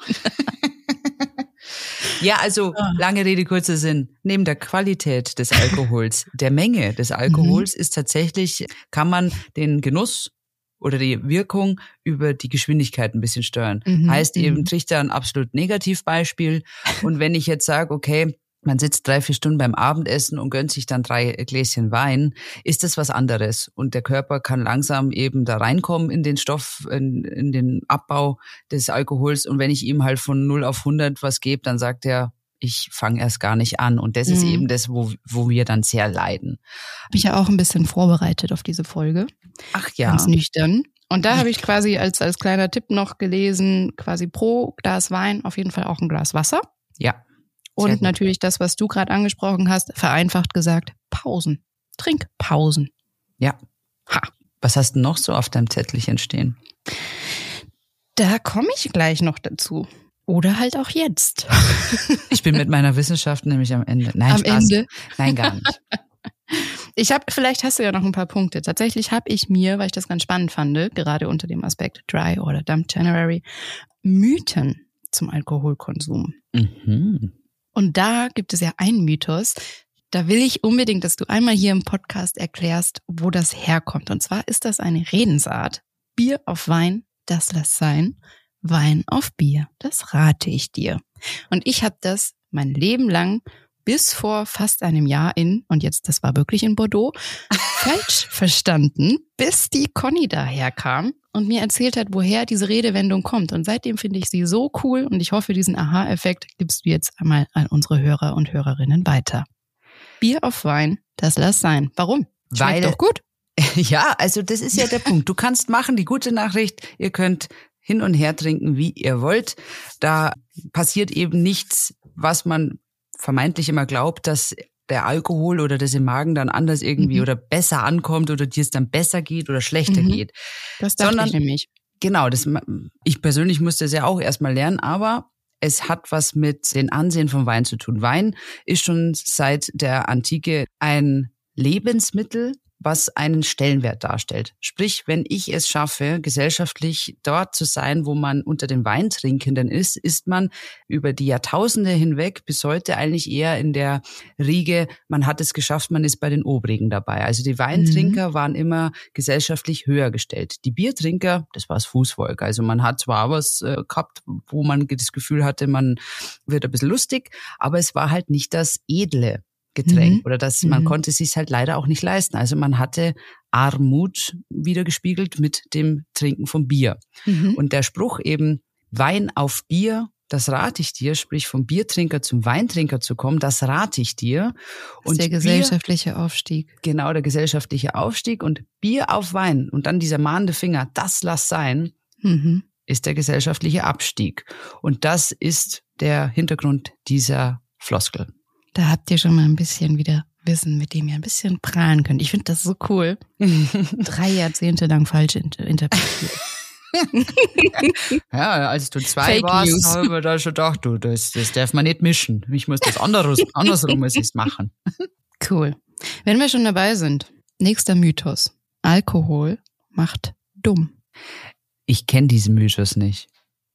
Ja, also lange Rede, kurzer Sinn. Neben der Qualität des Alkohols, der Menge des Alkohols mhm. ist tatsächlich, kann man den Genuss oder die Wirkung über die Geschwindigkeit ein bisschen steuern. Mhm. Heißt eben, Trichter ein absolut Negativbeispiel. Und wenn ich jetzt sage, okay, man sitzt drei, vier Stunden beim Abendessen und gönnt sich dann drei Gläschen Wein, ist das was anderes. Und der Körper kann langsam eben da reinkommen in den Stoff, in, in den Abbau des Alkohols. Und wenn ich ihm halt von null auf hundert was gebe, dann sagt er, ich fange erst gar nicht an. Und das mhm. ist eben das, wo, wo wir dann sehr leiden. Habe ich ja auch ein bisschen vorbereitet auf diese Folge. Ach ja. Ganz nüchtern. Und da habe ich quasi als, als kleiner Tipp noch gelesen, quasi pro Glas Wein auf jeden Fall auch ein Glas Wasser. Ja. Und gut. natürlich das, was du gerade angesprochen hast, vereinfacht gesagt, Pausen. Trinkpausen. Ja. Ha. Was hast du noch so auf deinem Zettelchen stehen? Da komme ich gleich noch dazu. Oder halt auch jetzt. Ich bin mit meiner Wissenschaft nämlich am Ende. Nein, am Spaß. Ende? Nein, gar nicht. Ich habe, vielleicht hast du ja noch ein paar Punkte. Tatsächlich habe ich mir, weil ich das ganz spannend fand, gerade unter dem Aspekt Dry oder Dump January, Mythen zum Alkoholkonsum. Mhm. Und da gibt es ja einen Mythos, da will ich unbedingt, dass du einmal hier im Podcast erklärst, wo das herkommt. Und zwar ist das eine Redensart. Bier auf Wein, das lass sein. Wein auf Bier, das rate ich dir. Und ich habe das mein Leben lang bis vor fast einem Jahr in, und jetzt, das war wirklich in Bordeaux, falsch verstanden, bis die Conny daherkam und mir erzählt hat, woher diese Redewendung kommt. Und seitdem finde ich sie so cool und ich hoffe, diesen Aha-Effekt gibst du jetzt einmal an unsere Hörer und Hörerinnen weiter. Bier auf Wein, das lass sein. Warum? Schmeckt Weil, doch gut. Ja, also das ist ja der Punkt. Du kannst machen, die gute Nachricht, ihr könnt hin und her trinken, wie ihr wollt. Da passiert eben nichts, was man vermeintlich immer glaubt, dass der Alkohol oder das im Magen dann anders irgendwie mhm. oder besser ankommt oder dir es dann besser geht oder schlechter mhm. geht. Das dachte Sondern, ich nämlich. Genau, das, ich persönlich musste das ja auch erstmal lernen, aber es hat was mit den Ansehen von Wein zu tun. Wein ist schon seit der Antike ein Lebensmittel, was einen Stellenwert darstellt. Sprich, wenn ich es schaffe, gesellschaftlich dort zu sein, wo man unter den Weintrinkenden ist, ist man über die Jahrtausende hinweg bis heute eigentlich eher in der Riege, man hat es geschafft, man ist bei den Obrigen dabei. Also die Weintrinker mhm. waren immer gesellschaftlich höher gestellt. Die Biertrinker, das war das Fußvolk. Also man hat zwar was äh, gehabt, wo man das Gefühl hatte, man wird ein bisschen lustig, aber es war halt nicht das edle Getränk mhm. oder das, man mhm. konnte es sich halt leider auch nicht leisten. Also man hatte Armut wiedergespiegelt mit dem Trinken von Bier. Mhm. Und der Spruch eben, Wein auf Bier, das rate ich dir, sprich vom Biertrinker zum Weintrinker zu kommen, das rate ich dir. Das ist der gesellschaftliche Bier, Aufstieg. Genau, der gesellschaftliche Aufstieg und Bier auf Wein und dann dieser mahnende Finger, das lass sein, mhm. ist der gesellschaftliche Abstieg. Und das ist der Hintergrund dieser Floskel. Da habt ihr schon mal ein bisschen wieder Wissen, mit dem ihr ein bisschen prahlen könnt. Ich finde das so cool. Drei Jahrzehnte lang falsch interpretiert. Ja, als du zwei Fake warst, habe ich da schon gedacht, du, das, das darf man nicht mischen. Ich muss das anderes, andersrum als es machen. Cool. Wenn wir schon dabei sind, nächster Mythos. Alkohol macht dumm. Ich kenne diesen Mythos nicht.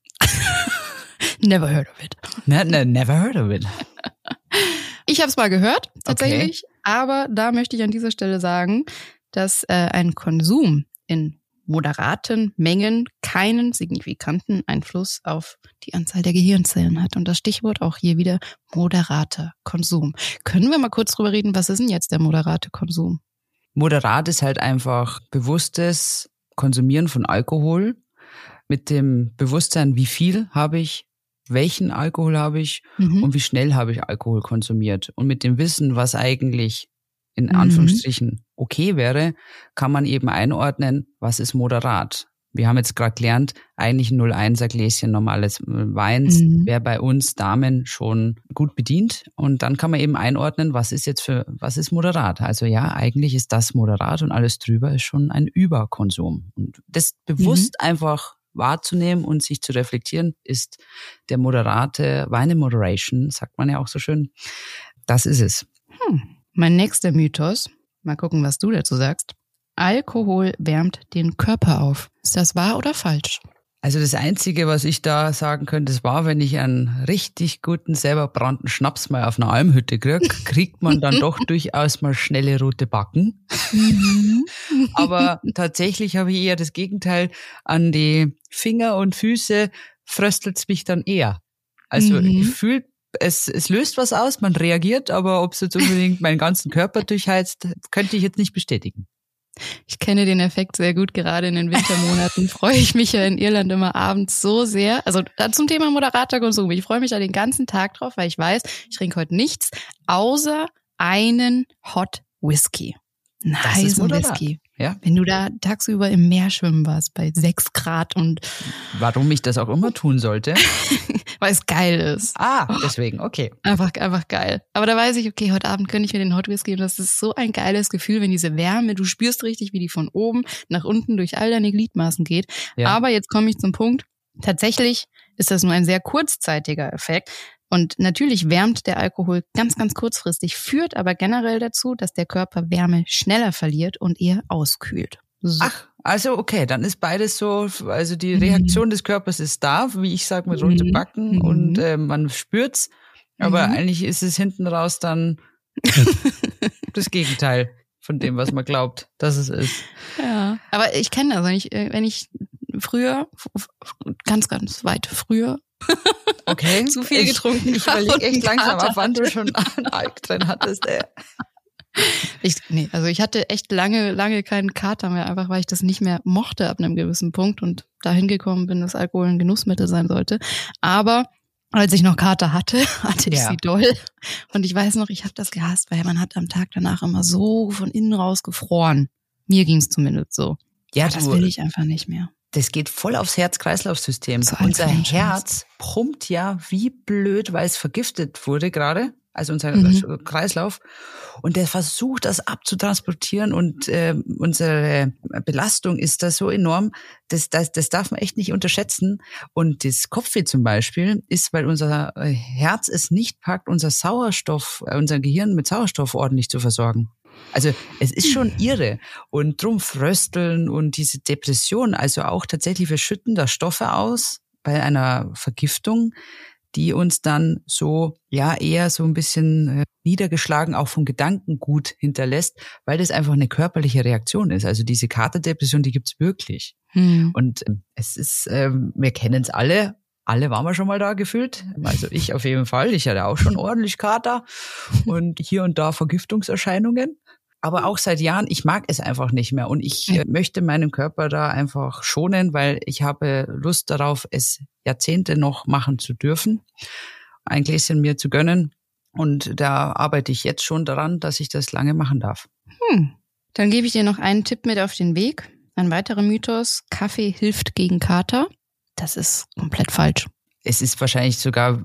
Never heard of it. Ne, ne, never heard of it. Ich habe es mal gehört, tatsächlich. Okay. Aber da möchte ich an dieser Stelle sagen, dass äh, ein Konsum in moderaten Mengen keinen signifikanten Einfluss auf die Anzahl der Gehirnzellen hat. Und das Stichwort auch hier wieder moderater Konsum. Können wir mal kurz drüber reden, was ist denn jetzt der moderate Konsum? Moderat ist halt einfach bewusstes Konsumieren von Alkohol mit dem Bewusstsein, wie viel habe ich, welchen Alkohol habe ich mhm. und wie schnell habe ich Alkohol konsumiert. Und mit dem Wissen, was eigentlich in mhm. Anführungsstrichen okay wäre, kann man eben einordnen, was ist moderat. Wir haben jetzt gerade gelernt, eigentlich ein null Komma eins Gläschen normales Weins mhm. wäre bei uns Damen schon gut bedient. Und dann kann man eben einordnen, was ist jetzt für, was ist moderat. Also ja, eigentlich ist das moderat und alles drüber ist schon ein Überkonsum. Und das bewusst mhm. einfach wahrzunehmen und sich zu reflektieren, ist der moderate Wein in Moderation, sagt man ja auch so schön. Das ist es. Hm. Mein nächster Mythos, mal gucken, was du dazu sagst. Alkohol wärmt den Körper auf. Ist das wahr oder falsch? Also das Einzige, was ich da sagen könnte, das war, wenn ich einen richtig guten, selber brannten Schnaps mal auf einer Almhütte kriege, kriegt man dann doch durchaus mal schnelle rote Backen. Aber tatsächlich habe ich eher das Gegenteil. An die Finger und Füße fröstelt's mich dann eher. Also mhm. gefühlt, es, es löst was aus, man reagiert, aber ob es jetzt unbedingt meinen ganzen Körper durchheizt, könnte ich jetzt nicht bestätigen. Ich kenne den Effekt sehr gut. Gerade in den Wintermonaten freue ich mich ja in Irland immer abends so sehr. Also zum Thema Moderatorkonsum. Ich freue mich da den ganzen Tag drauf, weil ich weiß, ich trinke heute nichts außer einen Hot Whisky. Ein heißen Whisky. Ja. Wenn du da tagsüber im Meer schwimmen warst bei sechs Grad und... Warum ich das auch immer tun sollte? Weil es geil ist. Ah, deswegen, okay. Einfach, einfach geil. Aber da weiß ich, okay, heute Abend gönne ich mir den Hot Whisky und das ist so ein geiles Gefühl, wenn diese Wärme, du spürst richtig, wie die von oben nach unten durch all deine Gliedmaßen geht. Ja. Aber jetzt komme ich zum Punkt. Tatsächlich ist das nur ein sehr kurzzeitiger Effekt. Und natürlich wärmt der Alkohol ganz, ganz kurzfristig, führt aber generell dazu, dass der Körper Wärme schneller verliert und eher auskühlt. So. Ach, also okay, dann ist beides so, also die Reaktion mhm. des Körpers ist da, wie ich sage, mit rote Backen mhm. und äh, man spürt's, aber mhm. eigentlich ist es hinten raus dann das Gegenteil von dem, was man glaubt, dass es ist. Ja, aber ich kenne das, wenn ich, wenn ich früher, ganz, ganz weit früher, okay. zu viel getrunken. Ich, ich überlege echt langsam, ab wann du schon einen Alk drin hattest, ey. Ich, nee, also ich hatte echt lange, lange keinen Kater mehr, einfach weil ich das nicht mehr mochte ab einem gewissen Punkt und dahin gekommen bin, dass Alkohol ein Genussmittel sein sollte. Aber als ich noch Kater hatte, hatte ich ja. sie doll. Und ich weiß noch, ich habe das gehasst, weil man hat am Tag danach immer so von innen raus gefroren. Mir ging es zumindest so. Ja, aber das will ich einfach nicht mehr. Das geht voll aufs Herz-Kreislauf-System. So unser Herz pumpt ja wie blöd, weil es vergiftet wurde gerade, also unser mhm. Kreislauf. Und der versucht, das abzutransportieren und äh, unsere Belastung ist da so enorm, das, das, das darf man echt nicht unterschätzen. Und das Kopfweh zum Beispiel ist, weil unser Herz es nicht packt, unser Sauerstoff, unser Gehirn mit Sauerstoff ordentlich zu versorgen. Also es ist schon irre und drum Frösteln und diese Depression, also auch tatsächlich wir schütten da Stoffe aus bei einer Vergiftung, die uns dann so ja eher so ein bisschen niedergeschlagen auch vom Gedankengut hinterlässt, weil das einfach eine körperliche Reaktion ist. Also diese Katerdepression, die gibt's wirklich. Hm. Und es ist, ähm, wir kennen es alle. Alle waren wir schon mal da gefühlt. Also ich auf jeden Fall. Ich hatte auch schon ordentlich Kater und hier und da Vergiftungserscheinungen. Aber auch seit Jahren, ich mag es einfach nicht mehr. Und ich äh, möchte meinen Körper da einfach schonen, weil ich habe Lust darauf, es Jahrzehnte noch machen zu dürfen. Ein Gläschen mir zu gönnen. Und da arbeite ich jetzt schon daran, dass ich das lange machen darf. Hm. Dann gebe ich dir noch einen Tipp mit auf den Weg. Ein weiterer Mythos. Kaffee hilft gegen Kater. Das ist komplett falsch. Es ist wahrscheinlich sogar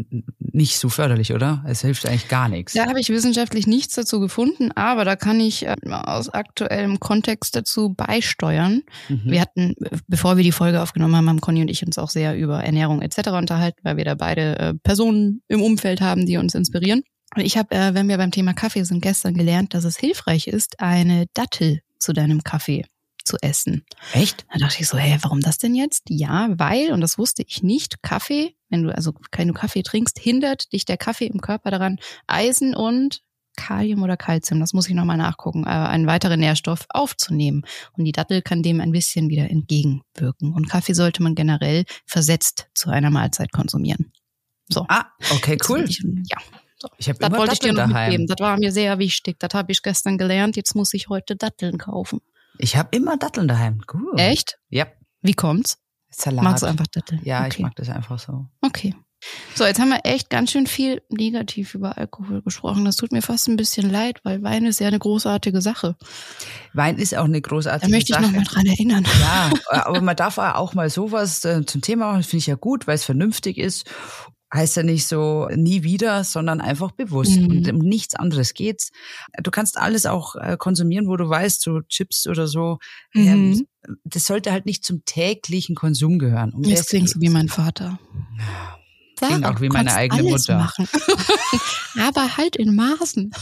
nicht so förderlich, oder? Es hilft eigentlich gar nichts. Da habe ich wissenschaftlich nichts dazu gefunden, aber da kann ich aus aktuellem Kontext dazu beisteuern. Mhm. Wir hatten, bevor wir die Folge aufgenommen haben, haben Conny und ich uns auch sehr über Ernährung et cetera unterhalten, weil wir da beide Personen im Umfeld haben, die uns inspirieren. Und ich habe, wenn wir beim Thema Kaffee sind, gestern gelernt, dass es hilfreich ist, eine Dattel zu deinem Kaffee zu essen. Echt? Da dachte ich so, hey, warum das denn jetzt? Ja, weil, und das wusste ich nicht, Kaffee, wenn du also keinen Kaffee trinkst, hindert dich der Kaffee im Körper daran, Eisen und Kalium oder Calcium, das muss ich nochmal nachgucken, aber einen weiteren Nährstoff aufzunehmen. Und die Dattel kann dem ein bisschen wieder entgegenwirken. Und Kaffee sollte man generell versetzt zu einer Mahlzeit konsumieren. So. Ah, okay, cool. Ich, ja. So. Ich habe das immer wollte Datteln ich dir noch daheim. mitgeben. Das war mir sehr wichtig. Das habe ich gestern gelernt. Jetzt muss ich heute Datteln kaufen. Ich habe immer Datteln daheim. Cool. Echt? Ja. Wie kommt's? Salat. Magst du einfach Datteln? Ja, okay. Ich mag das einfach so. Okay. So, jetzt haben wir echt ganz schön viel negativ über Alkohol gesprochen. Das tut mir fast ein bisschen leid, weil Wein ist ja eine großartige Sache. Wein ist auch eine großartige Sache. Da möchte ich noch mal dran erinnern. Ja, aber man darf auch mal sowas zum Thema machen. Das finde ich ja gut, weil es vernünftig ist. Heißt ja nicht so nie wieder, sondern einfach bewusst. Mhm. Und um nichts anderes geht's. Du kannst alles auch konsumieren, wo du weißt, so Chips oder so. Mhm. Das sollte halt nicht zum täglichen Konsum gehören. Um Jetzt klingst du wie mein Vater. Klingt auch wie meine eigene Mutter. Machen. Aber halt in Maßen.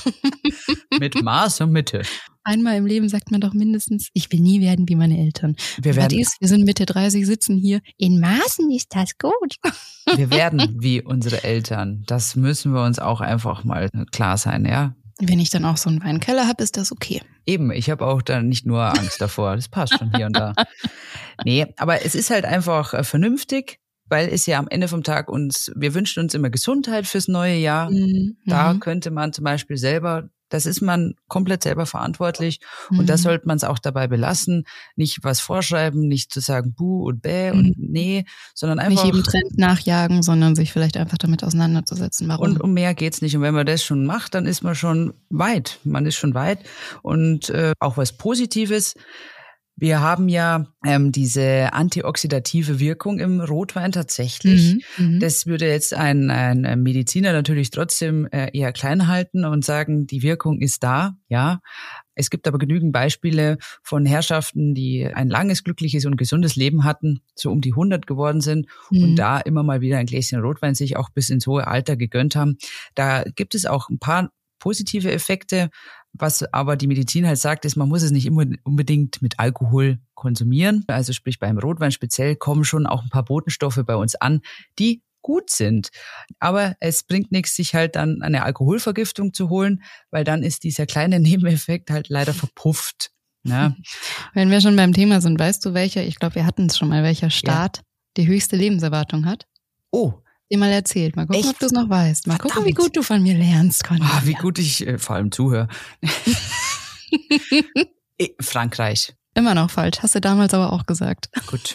Mit Maß und Mitte. Einmal im Leben sagt man doch mindestens, ich will nie werden wie meine Eltern. Wir werden, ist, wir sind Mitte dreißig, sitzen hier. In Maßen ist das gut. Wir werden wie unsere Eltern. Das müssen wir uns auch einfach mal klar sein, ja. Wenn ich dann auch so einen Weinkeller habe, ist das okay. Eben, ich habe auch da nicht nur Angst davor. Das passt schon hier und da. Nee, aber es ist halt einfach vernünftig, weil es ja am Ende vom Tag uns, wir wünschen uns immer Gesundheit fürs neue Jahr. Mhm. Da könnte man zum Beispiel selber Das ist man komplett selber verantwortlich Mhm. und da sollte man es auch dabei belassen. Nicht was vorschreiben, nicht zu sagen buh und bäh Mhm. und nee, sondern einfach... Nicht jedem Trend nachjagen, sondern sich vielleicht einfach damit auseinanderzusetzen. Warum? Und um mehr geht's nicht. Und wenn man das schon macht, dann ist man schon weit. Man ist schon weit. Und äh, auch was Positives. Wir haben ja ähm, diese antioxidative Wirkung im Rotwein tatsächlich. Mhm, mhm. Das würde jetzt ein, ein Mediziner natürlich trotzdem äh, eher klein halten und sagen, die Wirkung ist da, ja. Es gibt aber genügend Beispiele von Herrschaften, die ein langes, glückliches und gesundes Leben hatten, so um die hundert geworden sind Mhm. und da immer mal wieder ein Gläschen Rotwein sich auch bis ins hohe Alter gegönnt haben. Da gibt es auch ein paar positive Effekte. Was aber die Medizin halt sagt, ist, man muss es nicht immer unbedingt mit Alkohol konsumieren. Also sprich beim Rotwein speziell kommen schon auch ein paar Botenstoffe bei uns an, die gut sind. Aber es bringt nichts, sich halt dann eine Alkoholvergiftung zu holen, weil dann ist dieser kleine Nebeneffekt halt leider verpufft. Ja. Wenn wir schon beim Thema sind, weißt du, welcher, ich glaube, wir hatten es schon mal, welcher Staat die höchste Lebenserwartung hat? Oh, Dir mal erzählt. Mal gucken, Echt? ob du es noch weißt. Mal gucken, wie Verdammt. gut du von mir lernst, Cornelia. ah, wie gut ich äh, vor allem zuhöre. Eh, Frankreich. Immer noch falsch. Hast du damals aber auch gesagt. Gut.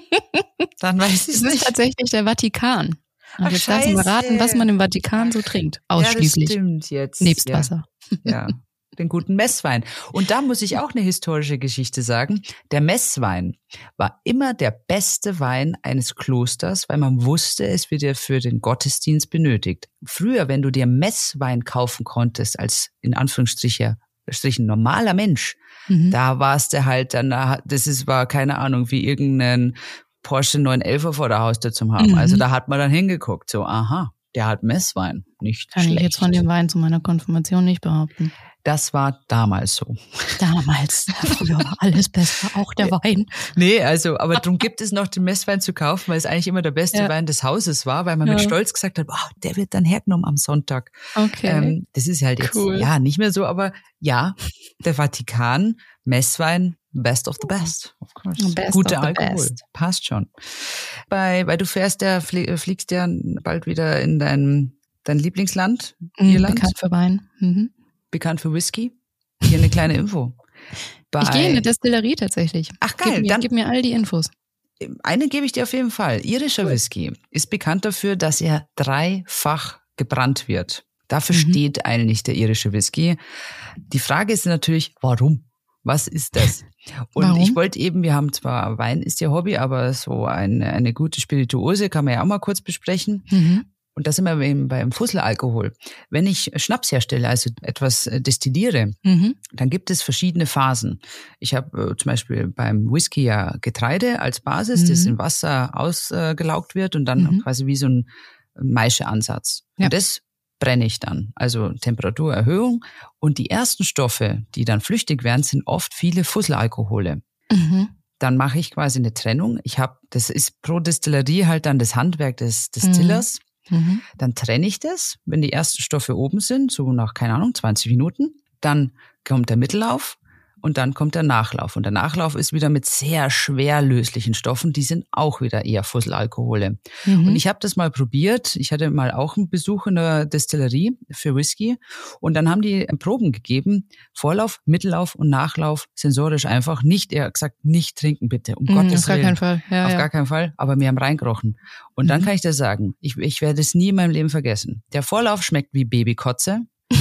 Dann weiß ich Es es ist nicht. tatsächlich der Vatikan. Und Ach, jetzt darfst du mal raten, Scheiße. was man im Vatikan so trinkt. Ausschließlich. Ja, das stimmt jetzt. Nebst ja. Wasser. Ja, den guten Messwein. Und da muss ich auch eine historische Geschichte sagen. Der Messwein war immer der beste Wein eines Klosters, weil man wusste, es wird ja für den Gottesdienst benötigt. Früher, wenn du dir Messwein kaufen konntest, als in Anführungsstrichen Strichen normaler Mensch, Mhm. da warst du halt dann, das ist, war keine Ahnung, wie irgendein Porsche neun elfer vor der Haustür zum haben. Mhm. Also da hat man dann hingeguckt, so, aha, der hat Messwein, nicht Kann schlecht. ich jetzt von dem Wein zu meiner Konfirmation nicht behaupten. Das war damals so. Damals, früher war alles besser, auch der Wein. Nee, also, aber darum gibt es noch den Messwein zu kaufen, weil es eigentlich immer der beste Ja. Wein des Hauses war, weil man Ja. mit Stolz gesagt hat, oh, der wird dann hergenommen am Sonntag. Okay. Ähm, das ist halt jetzt, Cool. ja, nicht mehr so, aber ja, der Vatikan, Messwein, best of the best. Of course. Best Guter of the Alkohol. best. Passt schon. Bei, weil du fährst ja, flie- fliegst ja bald wieder in dein, dein Lieblingsland, Mhm, Irland, bekannt für Wein. Mhm. bekannt für Whisky. Hier eine kleine Info. Bei, Ich gehe in eine Destillerie tatsächlich. Ach geil, Gib mir, dann gib mir all die Infos. eine gebe ich dir auf jeden Fall. Irischer Whisky ist bekannt dafür, dass er dreifach gebrannt wird. Dafür Mhm. steht eigentlich der irische Whisky. Die Frage ist natürlich, warum? Was ist das? Und Warum? ich wollte eben, wir haben zwar, Wein ist ja Hobby, aber so eine, eine gute Spirituose kann man ja auch mal kurz besprechen. Mhm. Und da sind wir beim, beim Fusselalkohol. Wenn ich Schnaps herstelle, also etwas äh, destilliere, Mhm. dann gibt es verschiedene Phasen. Ich habe äh, zum Beispiel beim Whisky ja Getreide als Basis, Mhm. das in Wasser ausgelaugt wird und dann Mhm. quasi wie so ein Maischeansatz. Ja. Und das brenne ich dann, also Temperaturerhöhung. Und die ersten Stoffe, die dann flüchtig werden, sind oft viele Fusselalkohole. Mhm. Dann mache ich quasi eine Trennung. Ich habe, das ist pro Destillerie halt dann das Handwerk des Mhm. Distillers. Mhm. Dann trenne ich das, wenn die ersten Stoffe oben sind, so nach, keine Ahnung, zwanzig Minuten. Dann kommt der Mittellauf und dann kommt der Nachlauf. Und der Nachlauf ist wieder mit sehr schwer löslichen Stoffen, die sind auch wieder eher Fusselalkohole. Mhm. Und ich habe das mal probiert. Ich hatte mal auch einen Besuch in der Destillerie für Whisky. Und dann haben die Proben gegeben. Vorlauf, Mittellauf und Nachlauf sensorisch einfach nicht. Er hat gesagt, nicht trinken bitte, um Mhm, Gottes auf gar Willen. keinen Fall. Ja, Auf ja. gar keinen Fall, aber wir haben reingerochen. Und dann Mhm. kann ich dir sagen, ich, ich werde es nie in meinem Leben vergessen. Der Vorlauf schmeckt wie Babykotze.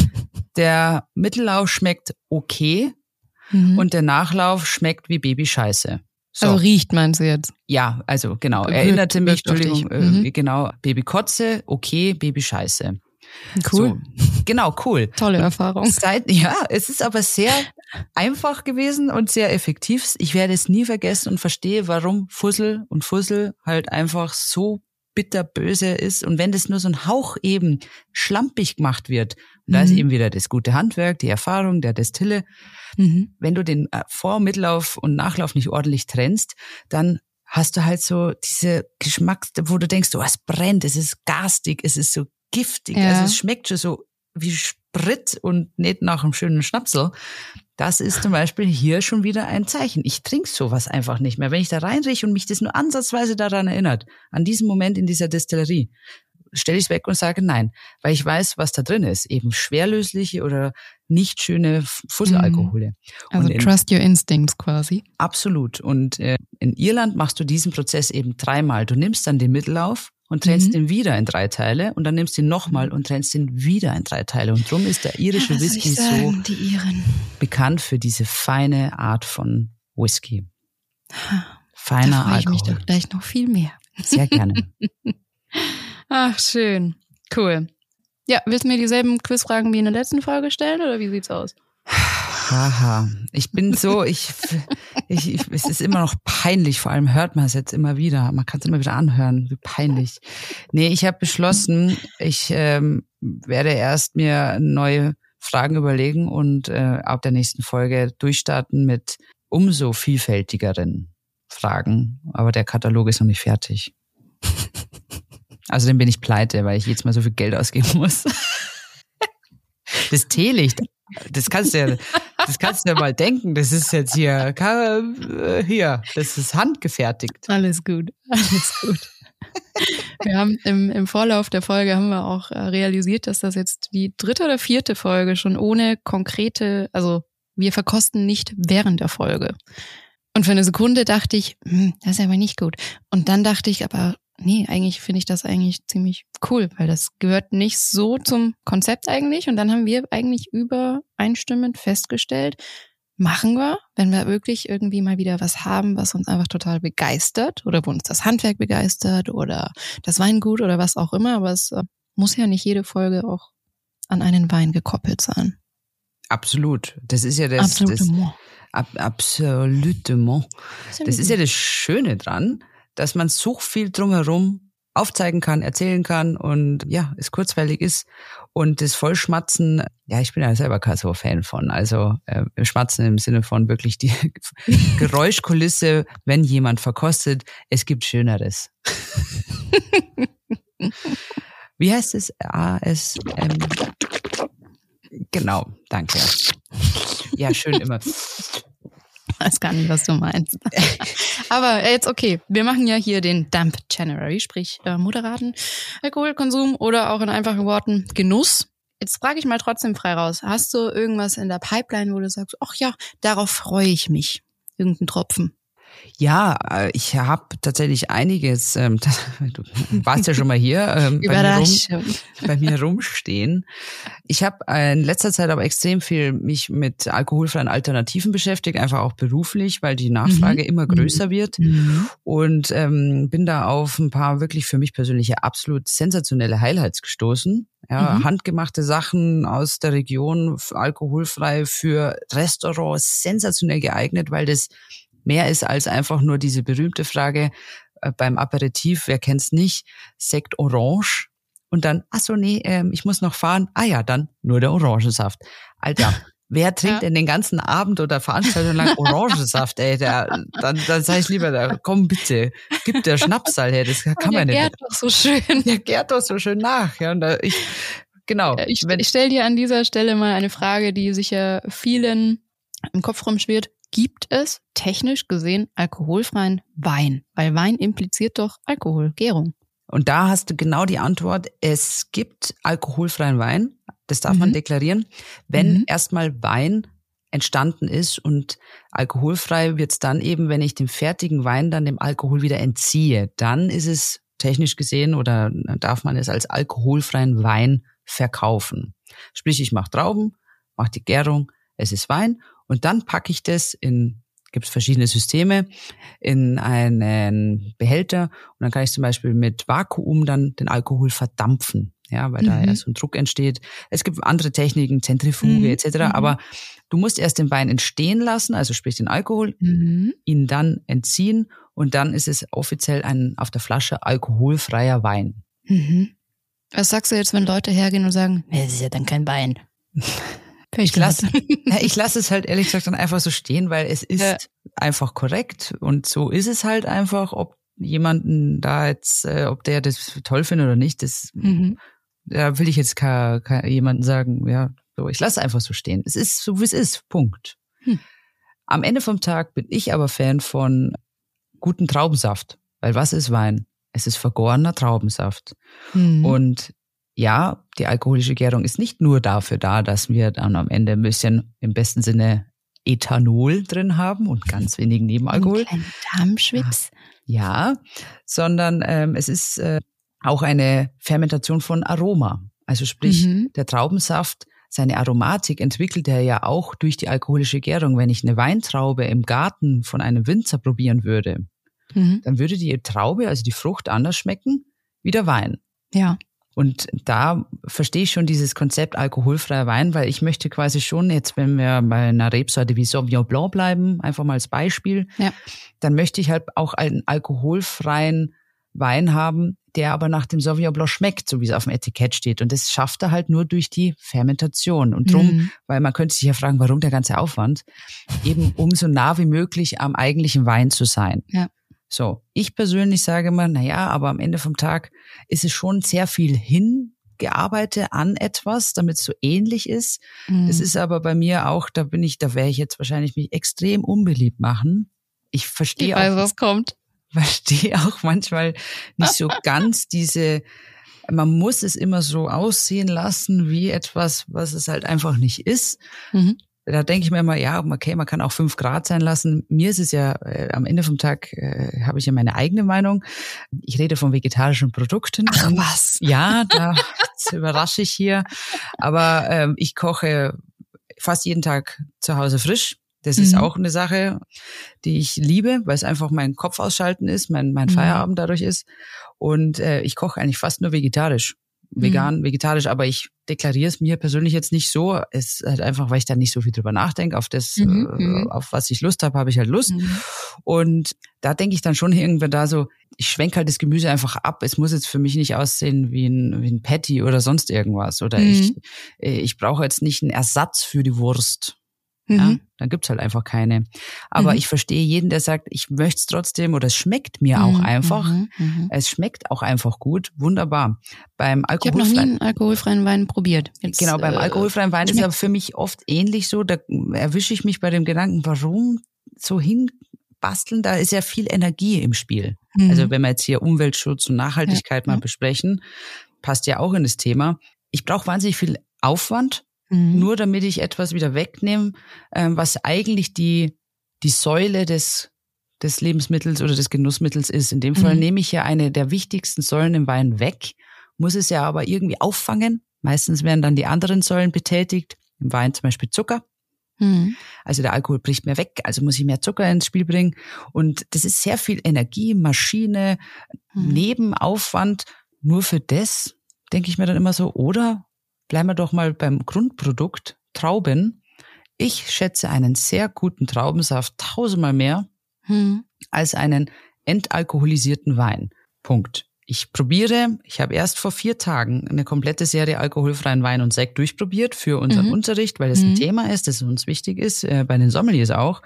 Der Mittellauf schmeckt okay. Mhm. Und der Nachlauf schmeckt wie Babyscheiße. So. Also riecht meinst du jetzt? Ja, also genau. Wirkt- Erinnerte mich, wirkt auf dich. Entschuldigung, äh, Mhm. genau, Babykotze, okay, Babyscheiße. Cool. So. Genau, cool. Tolle Erfahrung. Seit, ja, es ist aber sehr einfach gewesen und sehr effektiv. Ich werde es nie vergessen und verstehe, warum Fussel und Fussel halt einfach so bitterböse ist. Und wenn das nur so ein Hauch eben schlampig gemacht wird, und da ist Mhm. eben wieder das gute Handwerk, die Erfahrung der Destille, Mhm. wenn du den äh, Vor-, Mittellauf und Nachlauf nicht ordentlich trennst, dann hast du halt so diese Geschmacks, wo du denkst, oh, es brennt, es ist garstig, es ist so giftig, Ja. also es schmeckt schon so wie Sprit und nicht nach einem schönen Schnapsel. Das ist zum Beispiel hier schon wieder ein Zeichen. Ich trinke sowas einfach nicht mehr. Wenn ich da reinrieche und mich das nur ansatzweise daran erinnert, an diesen Moment in dieser Destillerie, stelle ich es weg und sage nein, weil ich weiß, was da drin ist, eben schwerlösliche oder nicht schöne Fusselalkohole. Also in, trust your instincts quasi. Absolut. Und äh, in Irland machst du diesen Prozess eben dreimal. Du nimmst dann den Mittellauf und trennst mhm. den wieder in drei Teile und dann nimmst du ihn nochmal und trennst ihn wieder in drei Teile. Und drum ist der irische ja, Whisky sagen, so die Iren. bekannt für diese feine Art von Whisky. da Feiner freue ich Alkohol. mich doch gleich noch viel mehr. Sehr gerne. Ach, schön. Cool. Ja, willst du mir dieselben Quizfragen wie in der letzten Folge stellen oder wie sieht's aus? Haha, ich bin so, ich, ich, ich, es ist immer noch peinlich, vor allem hört man es jetzt immer wieder, man kann es immer wieder anhören, wie peinlich. Nee, ich habe beschlossen, ich ähm, werde erst mir neue Fragen überlegen und äh, ab der nächsten Folge durchstarten mit umso vielfältigeren Fragen, aber der Katalog ist noch nicht fertig. Außerdem bin ich pleite, weil ich jetzt mal so viel Geld ausgeben muss. Das Teelicht, das kannst du ja, das kannst du ja mal denken, das ist jetzt hier, hier, das ist handgefertigt. Alles gut, alles gut. Wir haben im, im Vorlauf der Folge haben wir auch realisiert, dass das jetzt die dritte oder vierte Folge schon ohne konkrete, also wir verkosten nicht während der Folge. Und für eine Sekunde dachte ich, hm, das ist aber nicht gut. Und dann dachte ich, aber nee, eigentlich finde ich das eigentlich ziemlich cool, weil das gehört nicht so zum Konzept eigentlich. Und dann haben wir eigentlich übereinstimmend festgestellt, machen wir, wenn wir wirklich irgendwie mal wieder was haben, was uns einfach total begeistert oder wo uns das Handwerk begeistert oder das Weingut oder was auch immer. Aber es äh, muss ja nicht jede Folge auch an einen Wein gekoppelt sein. Absolut. Das ist ja das... Absolutement. Das, ab, absolutement. Das ist ja das Schöne dran, dass man so viel drumherum aufzeigen kann, erzählen kann und ja, es kurzweilig ist. Und das Vollschmatzen, ja, ich bin ja selber kein so Fan von. Also äh, Schmatzen im Sinne von wirklich die Geräuschkulisse, wenn jemand verkostet, es gibt Schöneres. Wie heißt es? A S M. Genau, danke. Ja, schön immer. Ich weiß gar nicht, was du meinst. Aber jetzt okay, wir machen ja hier den Dump January, sprich äh, moderaten Alkoholkonsum oder auch in einfachen Worten Genuss. Jetzt frage ich mal trotzdem frei raus. Hast du irgendwas in der Pipeline, wo du sagst, ach ja, darauf freue ich mich? Irgendein Tropfen? Ja, ich habe tatsächlich einiges, ähm, du warst ja schon mal hier, ähm, bei, mir rum, bei mir rumstehen. Ich habe in letzter Zeit aber extrem viel mich mit alkoholfreien Alternativen beschäftigt, einfach auch beruflich, weil die Nachfrage mhm. immer größer wird mhm. und ähm, bin da auf ein paar wirklich für mich persönliche absolut sensationelle Highlights gestoßen. Ja, mhm. handgemachte Sachen aus der Region, alkoholfrei für Restaurants, sensationell geeignet, weil das mehr ist als einfach nur diese berühmte Frage äh, beim Aperitif, wer kennt's nicht, Sekt Orange und dann, ach so, nee, ähm, ich muss noch fahren, ah ja, dann nur der Orangensaft. Alter, wer trinkt ja. denn den ganzen Abend oder Veranstaltung lang Orangensaft, ey, der, dann, dann sag ich lieber, da, komm bitte, gib der Schnapsal her, das kann oh, man nicht. Der gärt doch so schön. Der gärt doch so schön nach, ja, und da, ich, genau. Ich, ich stelle dir an dieser Stelle mal eine Frage, die sicher vielen im Kopf rumschwirrt. Gibt es technisch gesehen alkoholfreien Wein? Weil Wein impliziert doch Alkohol, Gärung. Und da hast du genau die Antwort. Es gibt alkoholfreien Wein. Das darf mhm. man deklarieren. Wenn mhm. erstmal Wein entstanden ist und alkoholfrei wird's dann eben, wenn ich den fertigen Wein dann dem Alkohol wieder entziehe, dann ist es technisch gesehen oder darf man es als alkoholfreien Wein verkaufen. Sprich, ich mache Trauben, mache die Gärung, es ist Wein. Und dann packe ich das in, gibt es verschiedene Systeme, in einen Behälter und dann kann ich zum Beispiel mit Vakuum dann den Alkohol verdampfen, ja, weil mhm. da ja so ein Druck entsteht. Es gibt andere Techniken, Zentrifuge mhm. et cetera. Aber du musst erst den Wein entstehen lassen, also sprich den Alkohol, mhm. ihn dann entziehen und dann ist es offiziell ein auf der Flasche alkoholfreier Wein. Mhm. Was sagst du jetzt, wenn Leute hergehen und sagen, das ist ja dann kein Wein? Ich lasse ich lasse es halt ehrlich gesagt dann einfach so stehen, weil es ist ja. einfach korrekt und so ist es halt einfach, ob jemanden da jetzt, äh, ob der das toll findet oder nicht, das mhm. da will ich jetzt ka, ka, jemanden sagen, ja, so, ich lasse einfach so stehen. Es ist so, wie es ist, Punkt. Hm. Am Ende vom Tag bin ich aber Fan von guten Traubensaft, weil was ist Wein? Es ist vergorener Traubensaft. Mhm. Und ja, die alkoholische Gärung ist nicht nur dafür da, dass wir dann am Ende ein bisschen im besten Sinne Ethanol drin haben und ganz wenig Nebenalkohol. Ein kleiner Darmschwips. Ja, sondern ähm, es ist äh, auch eine Fermentation von Aroma. Also sprich, Mhm. der Traubensaft, seine Aromatik entwickelt er ja auch durch die alkoholische Gärung. Wenn ich eine Weintraube im Garten von einem Winzer probieren würde, Mhm. dann würde die Traube, also die Frucht, anders schmecken wie der Wein. Ja. Und da verstehe ich schon dieses Konzept alkoholfreier Wein, weil ich möchte quasi schon jetzt, wenn wir bei einer Rebsorte wie Sauvignon Blanc bleiben, einfach mal als Beispiel, Ja. dann möchte ich halt auch einen alkoholfreien Wein haben, der aber nach dem Sauvignon Blanc schmeckt, so wie es auf dem Etikett steht. Und das schafft er halt nur durch die Fermentation. Und drum, Mhm. weil man könnte sich ja fragen, warum der ganze Aufwand, eben um so nah wie möglich am eigentlichen Wein zu sein. Ja. So, ich persönlich sage immer, na ja, aber am Ende vom Tag ist es schon sehr viel hingearbeitet an etwas, damit es so ähnlich ist. Mhm. Das ist aber bei mir auch, da bin ich, da werde ich jetzt wahrscheinlich mich extrem unbeliebt machen. Ich Ich verstehe weiß, auch, was kommt. verstehe auch manchmal nicht so ganz diese, man muss es immer so aussehen lassen wie etwas, was es halt einfach nicht ist. Mhm. Da denke ich mir immer, ja, okay, man kann auch fünf Grad sein lassen. Mir ist es ja, äh, am Ende vom Tag äh, habe ich ja meine eigene Meinung. Ich rede von vegetarischen Produkten. Ach Und was. ja, da das überrasche ich hier. Aber ähm, ich koche fast jeden Tag zu Hause frisch. Das ist Mhm. auch eine Sache, die ich liebe, weil es einfach mein Kopf ausschalten ist, mein, mein Mhm. Feierabend dadurch ist. Und äh, ich koche eigentlich fast nur vegetarisch. Vegan, vegetarisch, aber ich deklariere es mir persönlich jetzt nicht so. Es ist halt einfach, weil ich da nicht so viel drüber nachdenke. Auf das, Mhm, äh, mhm. auf was ich Lust habe, habe ich halt Lust. Mhm. Und da denke ich dann schon irgendwann da so, ich schwenke halt das Gemüse einfach ab. Es muss jetzt für mich nicht aussehen wie ein, wie ein Patty oder sonst irgendwas. Oder Mhm. ich, äh, ich brauche jetzt nicht einen Ersatz für die Wurst. Ja, Mhm. dann gibt's halt einfach keine. Aber Mhm. ich verstehe jeden, der sagt, ich möchte es trotzdem oder es schmeckt mir auch Mhm, einfach. mhm, mhm. Es schmeckt auch einfach gut, wunderbar. Beim Ich habe noch nie alkoholfreien, einen alkoholfreien Wein probiert. Jetzt, genau, beim äh, alkoholfreien Wein ist schmeckt- aber für mich oft ähnlich so. Da erwische ich mich bei dem Gedanken, warum so hinbasteln? Da ist ja viel Energie im Spiel. Mhm. Also wenn wir jetzt hier Umweltschutz und Nachhaltigkeit Ja, mal ja. besprechen, passt ja auch in das Thema. Ich brauche wahnsinnig viel Aufwand, Mhm. nur damit ich etwas wieder wegnehme, ähm, was eigentlich die, die Säule des, des Lebensmittels oder des Genussmittels ist. In dem Fall Mhm. nehme ich ja eine der wichtigsten Säulen im Wein weg, muss es ja aber irgendwie auffangen. Meistens werden dann die anderen Säulen betätigt. Im Wein zum Beispiel Zucker. Mhm. Also der Alkohol bricht mehr weg, also muss ich mehr Zucker ins Spiel bringen. Und das ist sehr viel Energie, Maschine, Mhm. Nebenaufwand. Nur für das denke ich mir dann immer so, oder bleiben wir doch mal beim Grundprodukt, Trauben. Ich schätze einen sehr guten Traubensaft tausendmal mehr Mhm. als einen entalkoholisierten Wein. Punkt. Ich probiere, ich habe erst vor vier Tagen eine komplette Serie alkoholfreien Wein und Sekt durchprobiert für unseren Mhm. Unterricht, weil es ein Mhm. Thema ist, das uns wichtig ist, äh, bei den Sommeliers auch.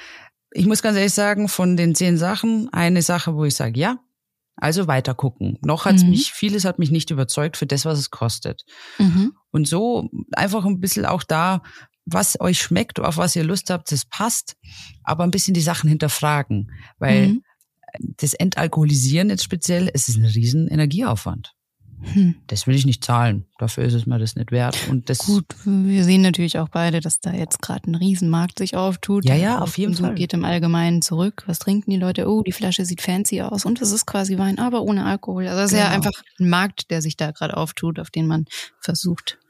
Ich muss ganz ehrlich sagen, von den zehn Sachen, eine Sache, wo ich sage, ja, also weiter gucken. Noch hat's Mhm. mich, vieles hat mich nicht überzeugt für das, was es kostet. Mhm. Und so einfach ein bisschen auch da, was euch schmeckt, auf was ihr Lust habt, das passt, aber ein bisschen die Sachen hinterfragen, weil Mhm. das Entalkoholisieren jetzt speziell, es ist ein riesen Energieaufwand. Hm. Das will ich nicht zahlen. Dafür ist es mir das nicht wert. Und das, Gut, wir sehen natürlich auch beide, dass da jetzt gerade ein Riesenmarkt sich auftut. Ja, Der ja, auf jeden Konsum Fall. geht im Allgemeinen zurück. Was trinken die Leute? Oh, die Flasche sieht fancy aus und es ist quasi Wein, aber ohne Alkohol. Also es ist ja Genau. einfach ein Markt, der sich da gerade auftut, auf den man versucht.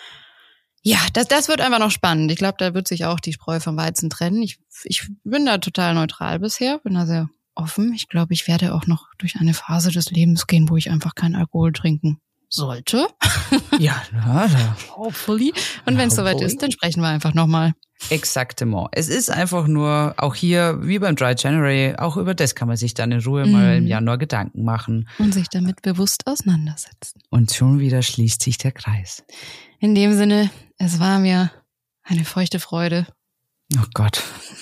Ja, das, das wird einfach noch spannend. Ich glaube, da wird sich auch die Spreu vom Weizen trennen. Ich, ich bin da total neutral bisher, bin da sehr offen. Ich glaube, ich werde auch noch durch eine Phase des Lebens gehen, wo ich einfach keinen Alkohol trinken sollte. ja, ja, da. Hopefully. Und wenn es soweit Hopefully. ist, dann sprechen wir einfach nochmal. Exaktement. Es ist einfach nur, auch hier, wie beim Dry January, auch über das kann man sich dann in Ruhe mal Mhm. im Januar Gedanken machen. Und sich damit bewusst auseinandersetzen. Und schon wieder schließt sich der Kreis. In dem Sinne, es war mir eine feuchte Freude. Oh Gott.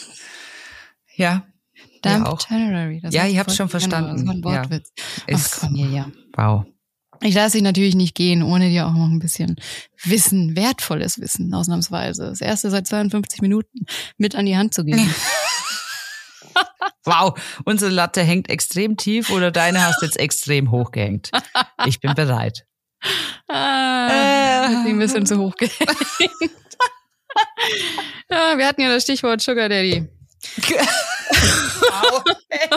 Ja. Dump Ja, auch. January. Das Ja, heißt ich hab's schon voll- genau, verstanden. Das war ein Wortwitz. Ist- Ach, Cornelia. Wow. Ich lasse dich natürlich nicht gehen, ohne dir auch noch ein bisschen Wissen, wertvolles Wissen, ausnahmsweise. Das erste seit zweiundfünfzig Minuten mit an die Hand zu geben. Wow, unsere Latte hängt extrem tief oder deine hast jetzt extrem hoch gehängt. Ich bin bereit. Ah, äh. ein bisschen zu hoch gehängt. Ja, wir hatten ja das Stichwort Sugar Daddy. Wow.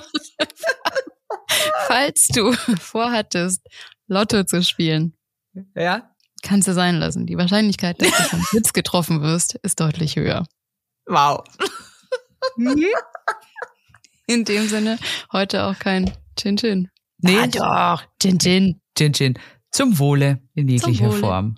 Falls du vorhattest, Lotto zu spielen, ja, kannst du sein lassen. Die Wahrscheinlichkeit, dass du vom Blitz getroffen wirst, ist deutlich höher. Wow. In dem Sinne, heute auch kein Chin-Chin. Nee, ah, doch, Chin-Chin. Chin-Chin. Zum Wohle in jeglicher Wohle. Form.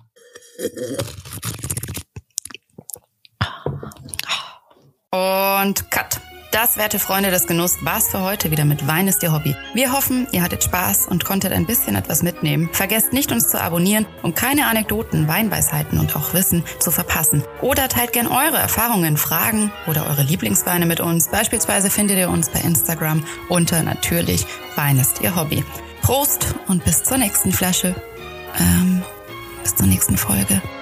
Und Cut. Das, werte Freunde des Genuss, war's für heute wieder mit Wein ist Ihr Hobby. Wir hoffen, ihr hattet Spaß und konntet ein bisschen etwas mitnehmen. Vergesst nicht, uns zu abonnieren, um keine Anekdoten, Weinweisheiten und auch Wissen zu verpassen. Oder teilt gern eure Erfahrungen, Fragen oder eure Lieblingsweine mit uns. Beispielsweise findet ihr uns bei Instagram unter natürlich Wein ist Ihr Hobby. Prost und bis zur nächsten Flasche. Ähm, bis zur nächsten Folge.